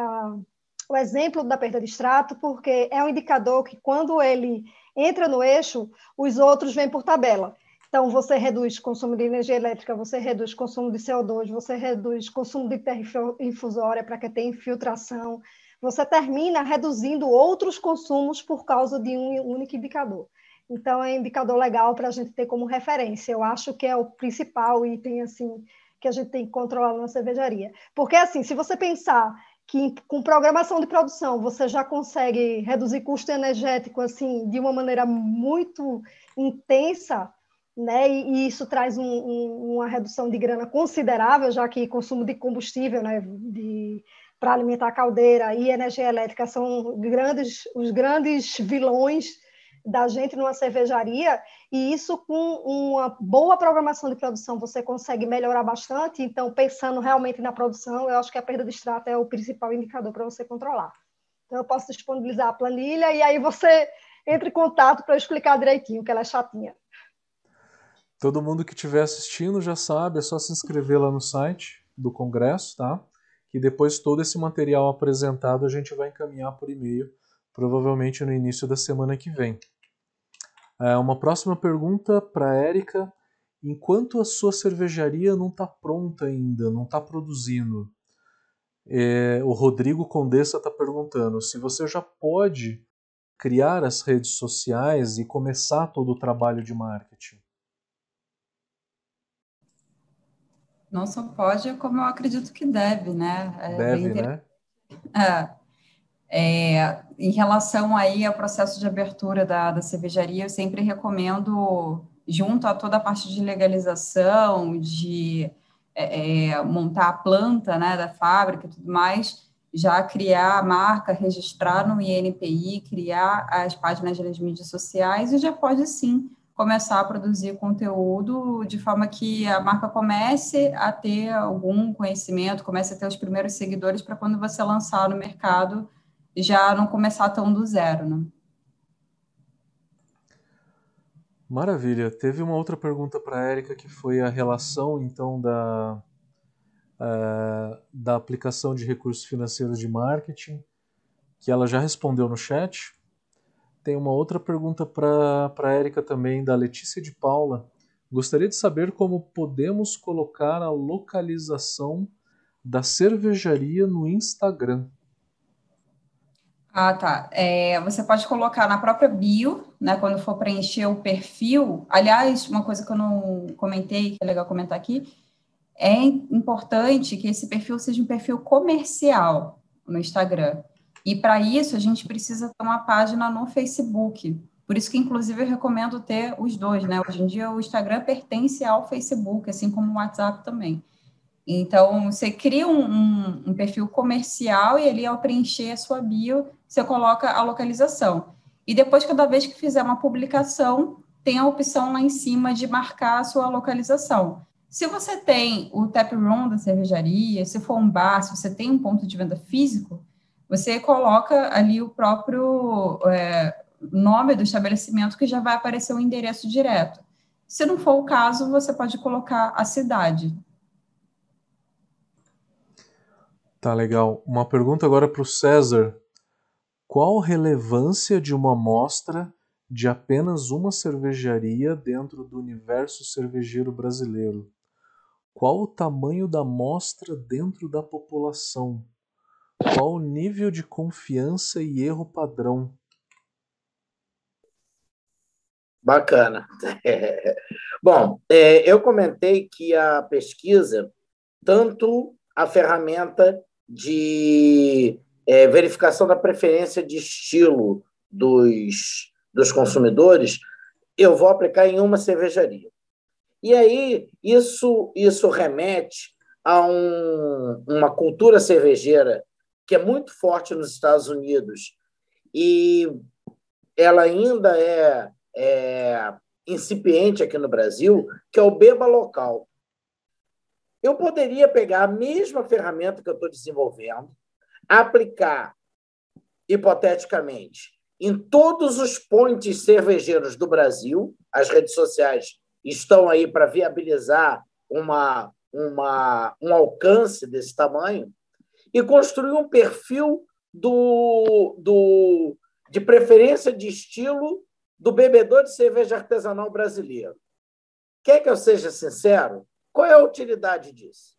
o exemplo da perda de extrato, porque é um indicador que, quando ele entra no eixo, os outros vêm por tabela. Então, você reduz consumo de energia elétrica, você reduz consumo de CO2, você reduz consumo de terra infusória para que tenha infiltração, você termina reduzindo outros consumos por causa de um único indicador. Então, é um indicador legal para a gente ter como referência. Eu acho que é o principal item assim, que a gente tem que controlar na cervejaria. Porque, assim, se você pensar que com programação de produção você já consegue reduzir custo energético assim, de uma maneira muito intensa, né? E isso traz uma redução de grana considerável, já que consumo de combustível, né, para alimentar a caldeira e energia elétrica são os grandes vilões da gente numa cervejaria, e isso, com uma boa programação de produção, você consegue melhorar bastante. Então, pensando realmente na produção, eu acho que a perda de extrato é o principal indicador para você controlar. Então, eu posso disponibilizar a planilha e aí você entra em contato para eu explicar direitinho, que ela é chatinha. Todo mundo que estiver assistindo já sabe, é só se inscrever lá no site do Congresso, tá? Que depois todo esse material apresentado a gente vai encaminhar por e-mail, provavelmente no início da semana que vem. Uma próxima pergunta para a Érica. Enquanto a sua cervejaria não está pronta ainda, não está produzindo, o Rodrigo Condessa está perguntando se você já pode criar as redes sociais e começar todo o trabalho de marketing. Não só pode, como eu acredito que deve, né? Deve, né? Em relação aí ao processo de abertura da cervejaria, eu sempre recomendo, junto a toda a parte de legalização, de montar a planta, né, da fábrica e tudo mais, já criar a marca, registrar no INPI, criar as páginas nas mídias sociais, e já pode sim começar a produzir conteúdo de forma que a marca comece a ter algum conhecimento, comece a ter os primeiros seguidores, para quando você lançar no mercado já não começar tão do zero, né? Maravilha. Teve uma outra pergunta para a Érica, que foi a relação, então, da aplicação de recursos financeiros de marketing, que ela já respondeu no chat. Tem uma outra pergunta para a Érica também, da Letícia de Paula. Gostaria de saber como podemos colocar a localização da cervejaria no Instagram. Ah, tá. Você pode colocar na própria bio, né, quando for preencher o perfil. Aliás, uma coisa que eu não comentei, que é legal comentar aqui, é importante que esse perfil seja um perfil comercial no Instagram. E para isso, a gente precisa ter uma página no Facebook. Por isso que, inclusive, eu recomendo ter os dois, né? Hoje em dia, o Instagram pertence ao Facebook, assim como o WhatsApp também. Então, você cria um perfil comercial e ali, ao preencher a sua bio, você coloca a localização. E depois, cada vez que fizer uma publicação, tem a opção lá em cima de marcar a sua localização. Se você tem o tap room da cervejaria, se for um bar, se você tem um ponto de venda físico, você coloca ali o próprio nome do estabelecimento, que já vai aparecer o endereço direto. Se não for o caso, você pode colocar a cidade. Tá legal. Uma pergunta agora para o César. Qual a relevância de uma amostra de apenas uma cervejaria dentro do universo cervejeiro brasileiro? Qual o tamanho da amostra dentro da população? Qual o nível de confiança e erro padrão? Bacana. Bom, eu comentei que a pesquisa, tanto a ferramenta de verificação da preferência de estilo dos consumidores, eu vou aplicar em uma cervejaria. E aí, isso remete a uma cultura cervejeira que é muito forte nos Estados Unidos e ela ainda é incipiente aqui no Brasil, que é o beba local. Eu poderia pegar a mesma ferramenta que eu estou desenvolvendo, aplicar, hipoteticamente, em todos os points cervejeiros do Brasil. As redes sociais estão aí para viabilizar um alcance desse tamanho, e construir um perfil de preferência de estilo do bebedor de cerveja artesanal brasileiro. Quer que eu seja sincero? Qual é a utilidade disso?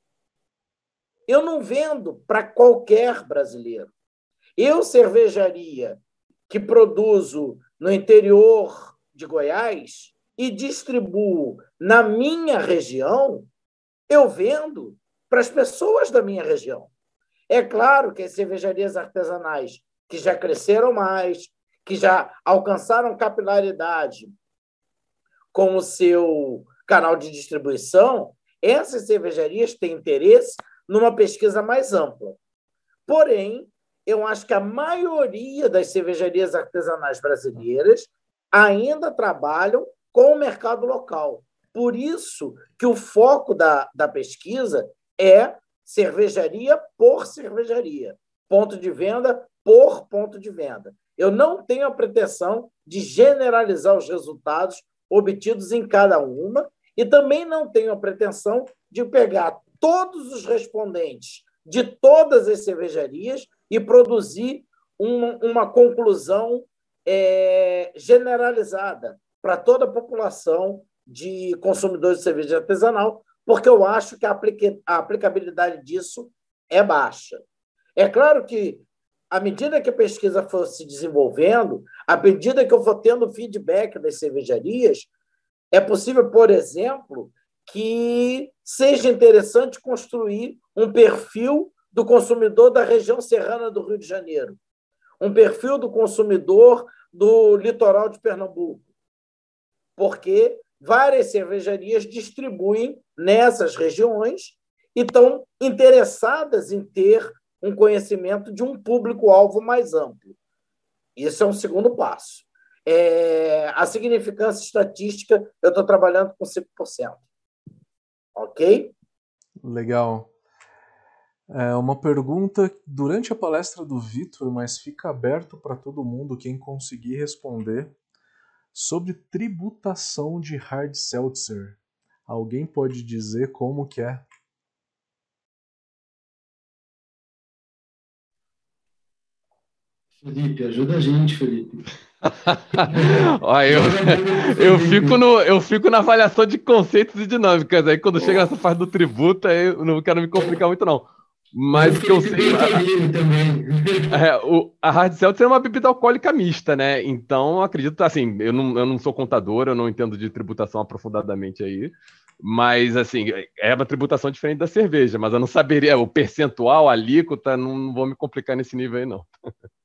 Eu não vendo para qualquer brasileiro. Eu, cervejaria, que produzo no interior de Goiás e distribuo na minha região, eu vendo para as pessoas da minha região. É claro que as cervejarias artesanais que já cresceram mais, que já alcançaram capilaridade com o seu canal de distribuição, essas cervejarias têm interesse numa pesquisa mais ampla. Porém, eu acho que a maioria das cervejarias artesanais brasileiras ainda trabalham com o mercado local. Por isso que o foco da pesquisa é cervejaria por cervejaria, ponto de venda por ponto de venda. Eu não tenho a pretensão de generalizar os resultados obtidos em cada uma e também não tenho a pretensão de pegar todos os respondentes de todas as cervejarias e produzir uma conclusão generalizada para toda a população de consumidores de cerveja artesanal, porque eu acho que a aplicabilidade disso é baixa. É claro que, à medida que a pesquisa for se desenvolvendo, à medida que eu for tendo feedback das cervejarias, é possível, por exemplo, que seja interessante construir um perfil do consumidor da região serrana do Rio de Janeiro, um perfil do consumidor do litoral de Pernambuco, porque várias cervejarias distribuem nessas regiões e estão interessadas em ter um conhecimento de um público-alvo mais amplo. Isso é um segundo passo. A significância estatística, eu estou trabalhando com 5%. Ok? Legal. Uma pergunta durante a palestra do Vitor, mas fica aberto para todo mundo, quem conseguir responder, sobre tributação de hard seltzer. Alguém pode dizer como que é? Felipe, ajuda a gente, Felipe. Olha, eu fico na avaliação de conceitos e dinâmicas. Aí quando chega nessa parte do tributo, aí eu não quero me complicar muito, não. Mas o que eu sei. A hard seltzer é uma bebida alcoólica mista, né? Então, acredito, assim, eu não sou contador, eu não entendo de tributação aprofundadamente aí. Mas, assim, é uma tributação diferente da cerveja, mas eu não saberia o percentual, a alíquota, não vou me complicar nesse nível aí, não.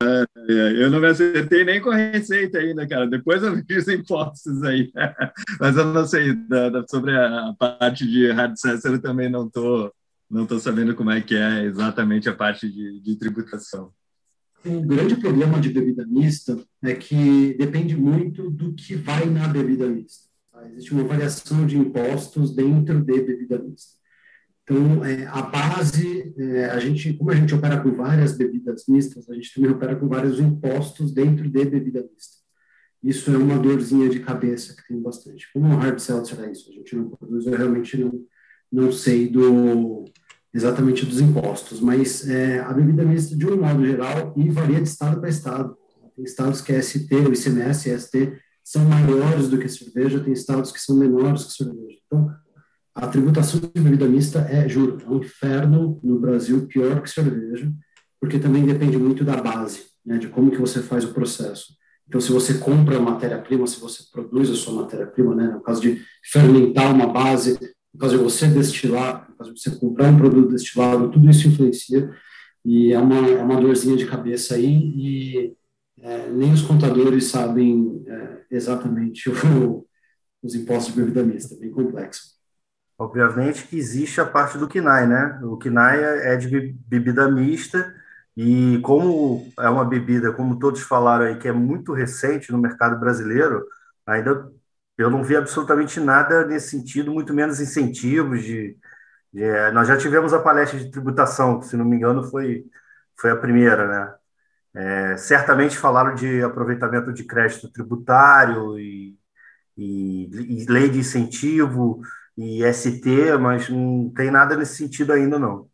Eu não me acertei nem com a receita ainda, cara. Depois eu vi os impostos aí. Mas eu não sei, sobre a parte de hard seltzer, eu também não tô sabendo como é que é exatamente a parte de tributação. O grande problema de bebida mista é que depende muito do que vai na bebida mista. Tá? Existe uma variação de impostos dentro de bebida mista. Então, a base, como a gente opera com várias bebidas mistas, a gente também opera com vários impostos dentro de bebida mista. Isso é uma dorzinha de cabeça que tem bastante. Como o hard seltzer é isso, a gente não produz, eu realmente não sei exatamente dos impostos, mas a bebida mista, de um modo geral, e varia de estado para estado. Tem estados que a ST, o ICMS e a ST são maiores do que a cerveja, tem estados que são menores que a cerveja. Então, a tributação de bebida mista juro, é um inferno no Brasil, pior que cerveja, porque também depende muito da base, né, de como que você faz o processo. Então, se você compra a matéria-prima, se você produz a sua matéria-prima, né, no caso de fermentar uma base, no caso de você destilar, no caso de você comprar um produto destilado, tudo isso influencia, e é uma dorzinha de cabeça aí, e nem os contadores sabem exatamente os impostos de bebida mista, é bem complexo. Obviamente que existe a parte do KNAI, né? O KNAI é de bebida mista, e como é uma bebida, como todos falaram aí, que é muito recente no mercado brasileiro, ainda eu não vi absolutamente nada nesse sentido, muito menos incentivos nós já tivemos a palestra de tributação, que, se não me engano, foi a primeira, né? Certamente falaram de aproveitamento de crédito tributário e lei de incentivo e ST, mas não tem nada nesse sentido ainda, não.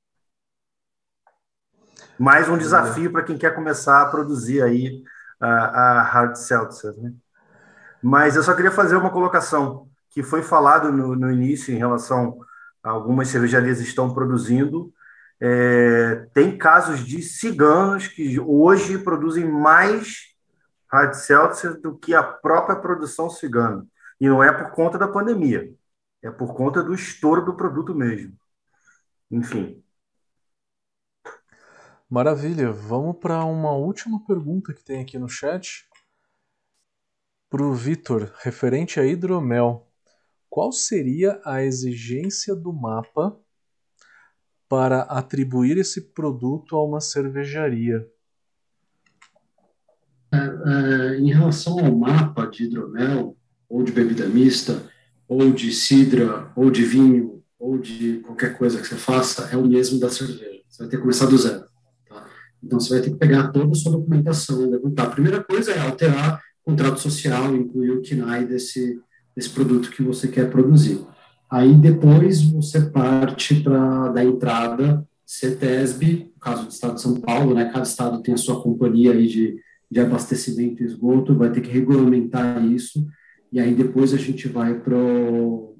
Mais um desafio para quem quer começar a produzir aí a hard seltzer, né? Mas eu só queria fazer uma colocação, que foi falado no início em relação a algumas cervejarias estão produzindo. Tem casos de ciganos que hoje produzem mais hard seltzer do que a própria produção cigana. E não é por conta da pandemia, é por conta do estouro do produto mesmo. Enfim. Maravilha. Vamos para uma última pergunta que tem aqui no chat. Para o Vitor, referente a hidromel. Qual seria a exigência do mapa para atribuir esse produto a uma cervejaria? Em relação ao mapa de hidromel, ou de bebida mista, ou de cidra, ou de vinho, ou de qualquer coisa que você faça, é o mesmo da cerveja. Você vai ter que começar do zero. Tá? Então, você vai ter que pegar toda a sua documentação. A primeira coisa é alterar o contrato social, incluir o KNAI desse produto que você quer produzir. Aí, depois, você parte para dar entrada CETESB, no caso do estado de São Paulo, né? Cada estado tem a sua companhia aí de abastecimento e esgoto, vai ter que regulamentar isso, e aí depois a gente vai para o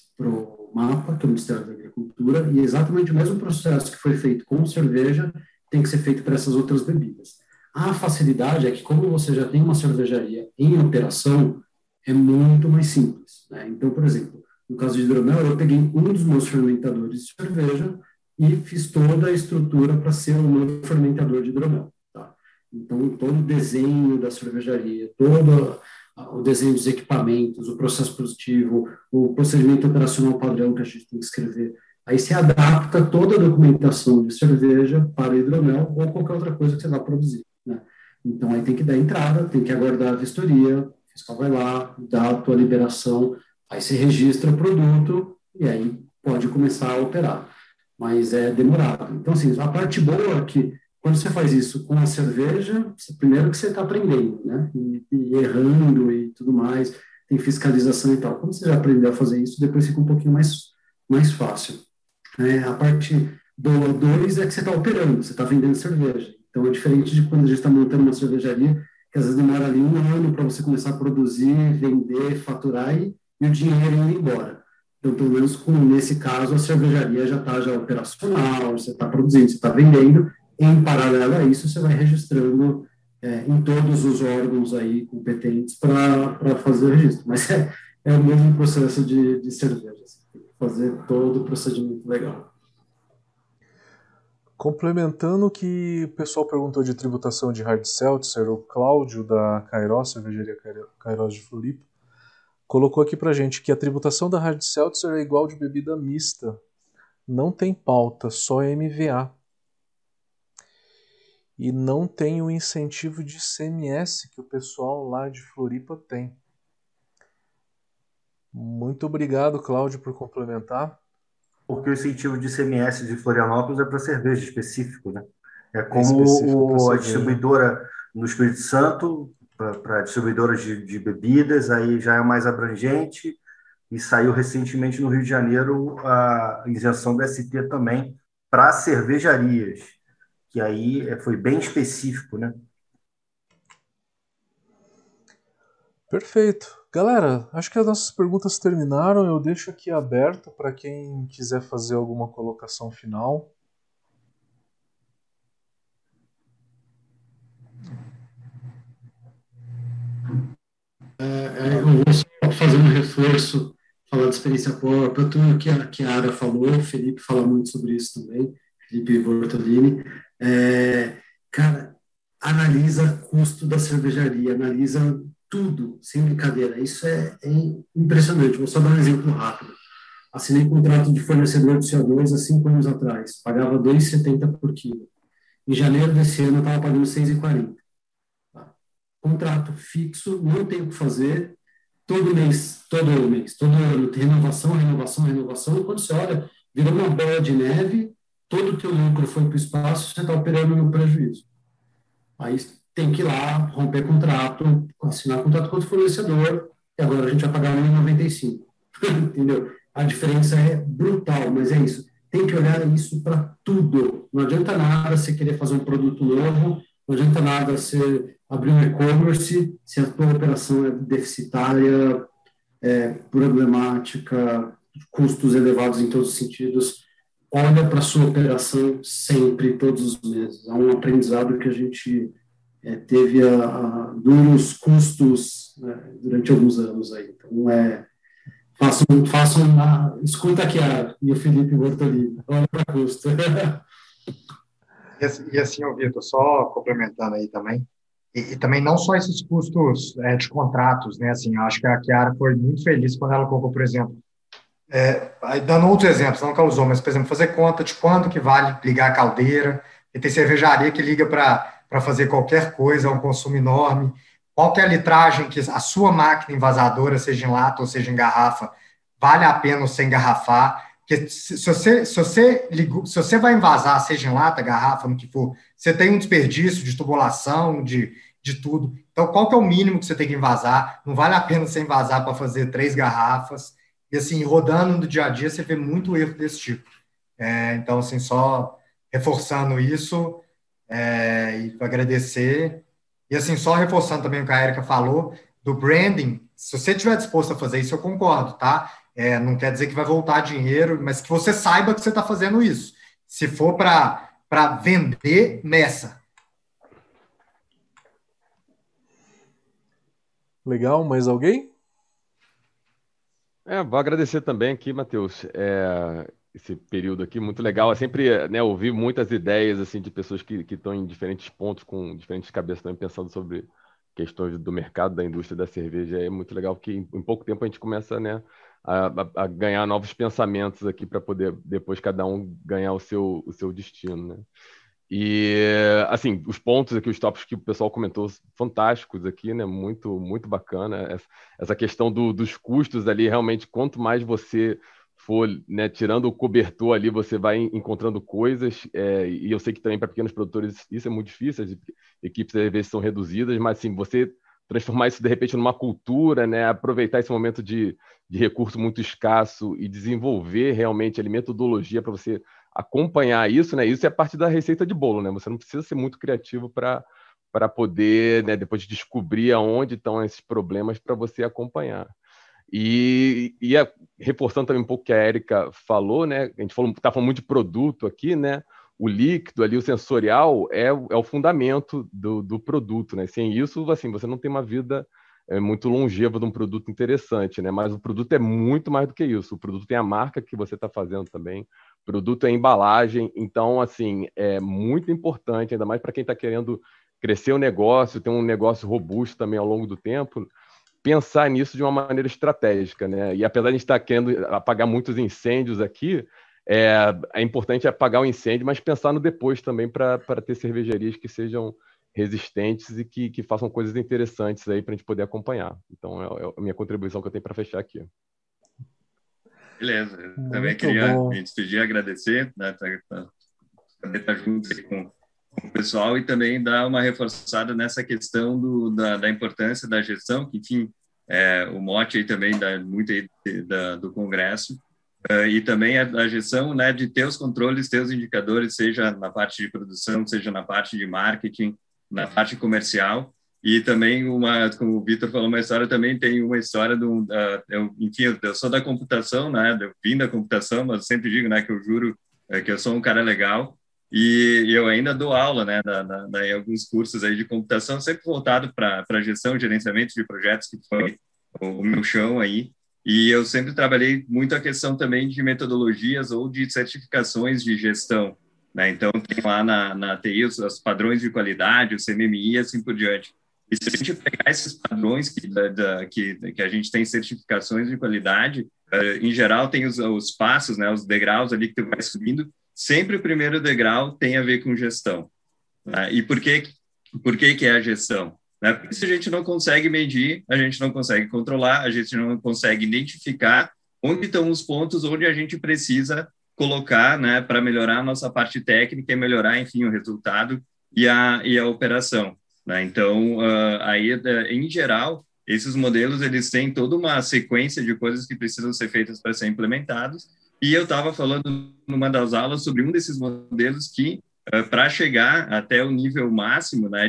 MAPA, que é o Ministério da Agricultura, e exatamente o mesmo processo que foi feito com cerveja tem que ser feito para essas outras bebidas. A facilidade é que, como você já tem uma cervejaria em operação, é muito mais simples, né? Então, por exemplo, no caso de hidromel, eu peguei um dos meus fermentadores de cerveja e fiz toda a estrutura para ser o meu fermentador de hidromel. Então, todo o desenho da cervejaria, todo o desenho dos equipamentos, o processo produtivo, o procedimento operacional padrão que a gente tem que escrever. Aí se adapta toda a documentação de cerveja para hidromel ou qualquer outra coisa que você vai produzir, né? Então, aí tem que dar entrada, tem que aguardar a vistoria, o fiscal vai lá, dá a tua liberação, aí você registra o produto e aí pode começar a operar. Mas é demorado. Então, assim, a parte boa é que quando você faz isso com a cerveja, primeiro que você está aprendendo, né? E errando e tudo mais, tem fiscalização e tal. Quando você já aprendeu a fazer isso, depois fica um pouquinho mais fácil. A parte boa 2 é que você está operando, você está vendendo cerveja. Então, é diferente de quando a gente está montando uma cervejaria, que às vezes demora ali 1 ano para você começar a produzir, vender, faturar e o dinheiro ir embora. Então, pelo menos nesse caso, a cervejaria já está operacional, você está produzindo, você está vendendo. Em paralelo a isso, você vai registrando em todos os órgãos aí competentes para fazer o registro. Mas é o mesmo processo de cerveja. Você tem que fazer todo o procedimento legal. Complementando o que o pessoal perguntou de tributação de hard seltzer, o Cláudio da Kairos, cervejaria Kairos de Floripa, colocou aqui pra gente que a tributação da hard seltzer é igual de bebida mista. Não tem pauta, só MVA. E não tem o incentivo de ICMS que o pessoal lá de Floripa tem. Muito obrigado, Cláudio, por complementar. Porque o incentivo de ICMS de Florianópolis é para cerveja específico, né? É como a distribuidora no Espírito Santo, para distribuidoras de bebidas, aí já é mais abrangente, e saiu recentemente no Rio de Janeiro a isenção do ST também para cervejarias, que aí foi bem específico, né? Perfeito. Galera, acho que as nossas perguntas terminaram. Eu deixo aqui aberto para quem quiser fazer alguma colocação final. Eu vou só fazer um reforço, falar de experiência própria, tudo que a Ara falou, o Felipe fala muito sobre isso também, Felipe Bortolini. Cara, analisa custo da cervejaria, analisa tudo, sem brincadeira. Isso é impressionante. Vou só dar um exemplo rápido. Assinei contrato de fornecedor de CO2 há 5 anos atrás, pagava R$ 2,70 por quilo. Em janeiro desse ano eu estava pagando R$ 6,40. Contrato fixo, não tem o que fazer, todo ano, tem renovação, e quando você olha, virou uma bola de neve, todo o teu lucro foi para o espaço, você está operando no prejuízo. Aí tem que ir lá, romper contrato, assinar contrato com o fornecedor, e agora a gente vai pagar R$ 1,95. Entendeu? A diferença é brutal, mas é isso. Tem que olhar isso para tudo. Não adianta nada você querer fazer um produto novo, não adianta nada você abrir um e-commerce se a tua operação é deficitária, problemática, custos elevados em todos os sentidos. Olha para a sua operação sempre, todos os meses. É um aprendizado que a gente teve a duros custos, né, durante alguns anos aí. Então, façam escuta aqui e o Felipe Bortolini. Olha para custo. E assim, Vitor, só complementando aí também, e também não só esses custos de contratos, né? Assim, eu acho que a Chiara foi muito feliz quando ela colocou, por exemplo, aí dando outros exemplos, não que ela usou, mas, por exemplo, fazer conta de quanto que vale ligar a caldeira, e tem cervejaria que liga para fazer qualquer coisa, é um consumo enorme, qual que é a litragem que a sua máquina envasadora, seja em lata ou seja em garrafa, vale a pena você engarrafar. Porque se você vai envasar, seja em lata, garrafa, no que for, você tem um desperdício de tubulação, de tudo. Então, qual que é o mínimo que você tem que envasar? Não vale a pena você envasar para fazer 3 garrafas. E, assim, rodando no dia a dia, você vê muito erro desse tipo. Então, assim, só reforçando isso, e agradecer. E, assim, só reforçando também o que a Erika falou, do branding, se você estiver disposto a fazer isso, eu concordo, tá? Não quer dizer que vai voltar dinheiro, mas que você saiba que você está fazendo isso. Se for para vender, meça. Legal, mais alguém? Vou agradecer também aqui, Matheus, esse período aqui, muito legal. É sempre, né, ouvir muitas ideias assim, de pessoas que estão em diferentes pontos, com diferentes cabeças, também pensando sobre questões do mercado, da indústria da cerveja. É muito legal que em pouco tempo a gente começa, né, a ganhar novos pensamentos aqui para poder depois cada um ganhar o seu destino, né? E, assim, os pontos aqui, os tópicos que o pessoal comentou, fantásticos aqui, né? Muito, muito bacana. Essa questão dos custos ali, realmente, quanto mais você for, né, tirando o cobertor ali, você vai encontrando coisas, e eu sei que também para pequenos produtores isso é muito difícil, as equipes às vezes são reduzidas, mas, assim, você transformar isso, de repente, numa cultura, né? Aproveitar esse momento de recurso muito escasso e desenvolver realmente a metodologia para você acompanhar isso, né? Isso é parte da receita de bolo, né? Você não precisa ser muito criativo para poder, né, depois descobrir aonde estão esses problemas para você acompanhar. E reforçando também um pouco o que a Erika falou, né? A gente está falando muito de produto aqui, né? O líquido ali, o sensorial, é o fundamento do produto, né? Sem isso, assim, você não tem uma vida muito longeva de um produto interessante, né? Mas o produto é muito mais do que isso. O produto tem a marca que você está fazendo também, produto é embalagem. Então, assim, é muito importante, ainda mais para quem está querendo crescer o negócio, ter um negócio robusto também ao longo do tempo, pensar nisso de uma maneira estratégica, né? E apesar de a gente estar querendo apagar muitos incêndios aqui, é importante apagar o incêndio, mas pensar no depois também para ter cervejarias que sejam resistentes e que façam coisas interessantes aí para a gente poder acompanhar. Então, é a minha contribuição que eu tenho para fechar aqui. Beleza. Eu também queria me despedir e agradecer, né, poder estar juntos aí com o pessoal e também dar uma reforçada nessa questão da importância da gestão, que, enfim, o mote aí também muito aí do Congresso, e também a gestão, né, de ter os controles, ter os indicadores, seja na parte de produção, seja na parte de marketing, na parte comercial. E também, como o Vitor falou, uma história, também tem uma história enfim, eu sou da computação, né, eu vim da computação, mas eu sempre digo, né, que eu juro que eu sou um cara legal, e eu ainda dou aula, né, em alguns cursos aí de computação, sempre voltado para gestão e gerenciamento de projetos, que foi o meu chão aí, e eu sempre trabalhei muito a questão também de metodologias ou de certificações de gestão, né, então tem lá na TI os padrões de qualidade, o CMMI e assim por diante. E se a gente pegar esses padrões que a gente tem certificações de qualidade, em geral tem os passos, né, os degraus ali que tu vai subindo, sempre o primeiro degrau tem a ver com gestão. Né? E por que é a gestão? Né? Porque se a gente não consegue medir, a gente não consegue controlar, a gente não consegue identificar onde estão os pontos onde a gente precisa colocar, né, para melhorar a nossa parte técnica e melhorar, enfim, o resultado e a operação. Né? Então, aí, em geral, esses modelos eles têm toda uma sequência de coisas que precisam ser feitas para ser implementados. E eu estava falando numa das aulas sobre um desses modelos que, para chegar até o nível máximo, né,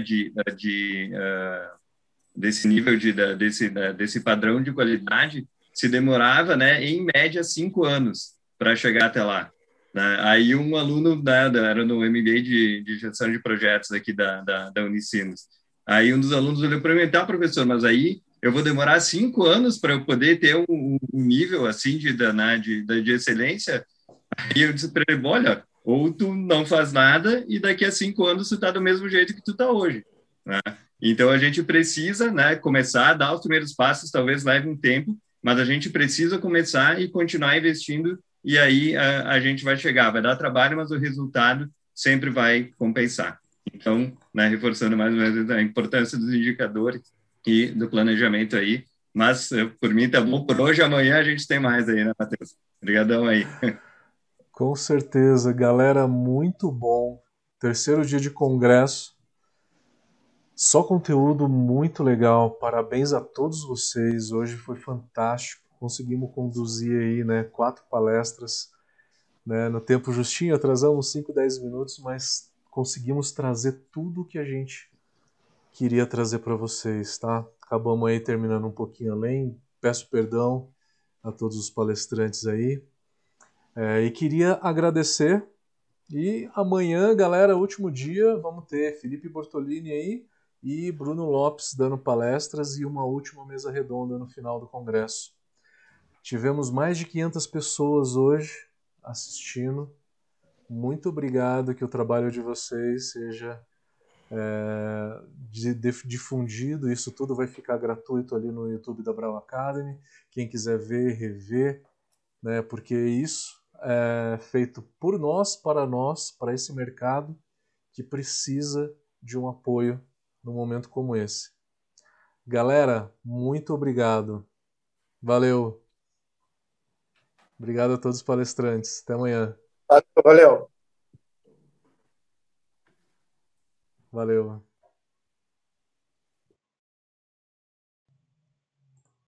desse nível desse padrão de qualidade, se demorava, né, em média 5 anos para chegar até lá. Né? Aí um aluno era no MBA de gestão de projetos aqui da Unicinos. Aí um dos alunos olhou para mim, tá, professor, mas aí eu vou demorar 5 anos para eu poder ter um nível assim de excelência? E eu disse para ele, olha, ou tu não faz nada e daqui a 5 anos tu está do mesmo jeito que tu está hoje. Né? Então a gente precisa, né, começar a dar os primeiros passos, talvez leve um tempo, mas a gente precisa começar e continuar investindo e aí a gente vai chegar, vai dar trabalho, mas o resultado sempre vai compensar. Então, né, reforçando mais uma vez a importância dos indicadores e do planejamento aí, mas por mim tá bom, por hoje, amanhã a gente tem mais aí, né, Matheus? Obrigadão aí. Com certeza, galera, muito bom. Terceiro dia de congresso, só conteúdo muito legal, parabéns a todos vocês, hoje foi fantástico, conseguimos conduzir aí, né, 4 palestras, né, no tempo justinho, atrasamos 5, 10 minutos, mas conseguimos trazer tudo que a gente queria trazer para vocês, tá? Acabamos aí terminando um pouquinho além, peço perdão a todos os palestrantes aí, e queria agradecer, e amanhã, galera, último dia, vamos ter Felipe Bortolini aí, e Bruno Lopes dando palestras e uma última mesa redonda no final do congresso. Tivemos mais de 500 pessoas hoje assistindo. Muito obrigado, que o trabalho de vocês seja difundido. Isso tudo vai ficar gratuito ali no YouTube da Brau Academy. Quem quiser ver, rever, né, porque isso é feito por nós, para esse mercado que precisa de um apoio num momento como esse. Galera, muito obrigado. Valeu. Obrigado a todos os palestrantes. Até amanhã. Valeu. Valeu.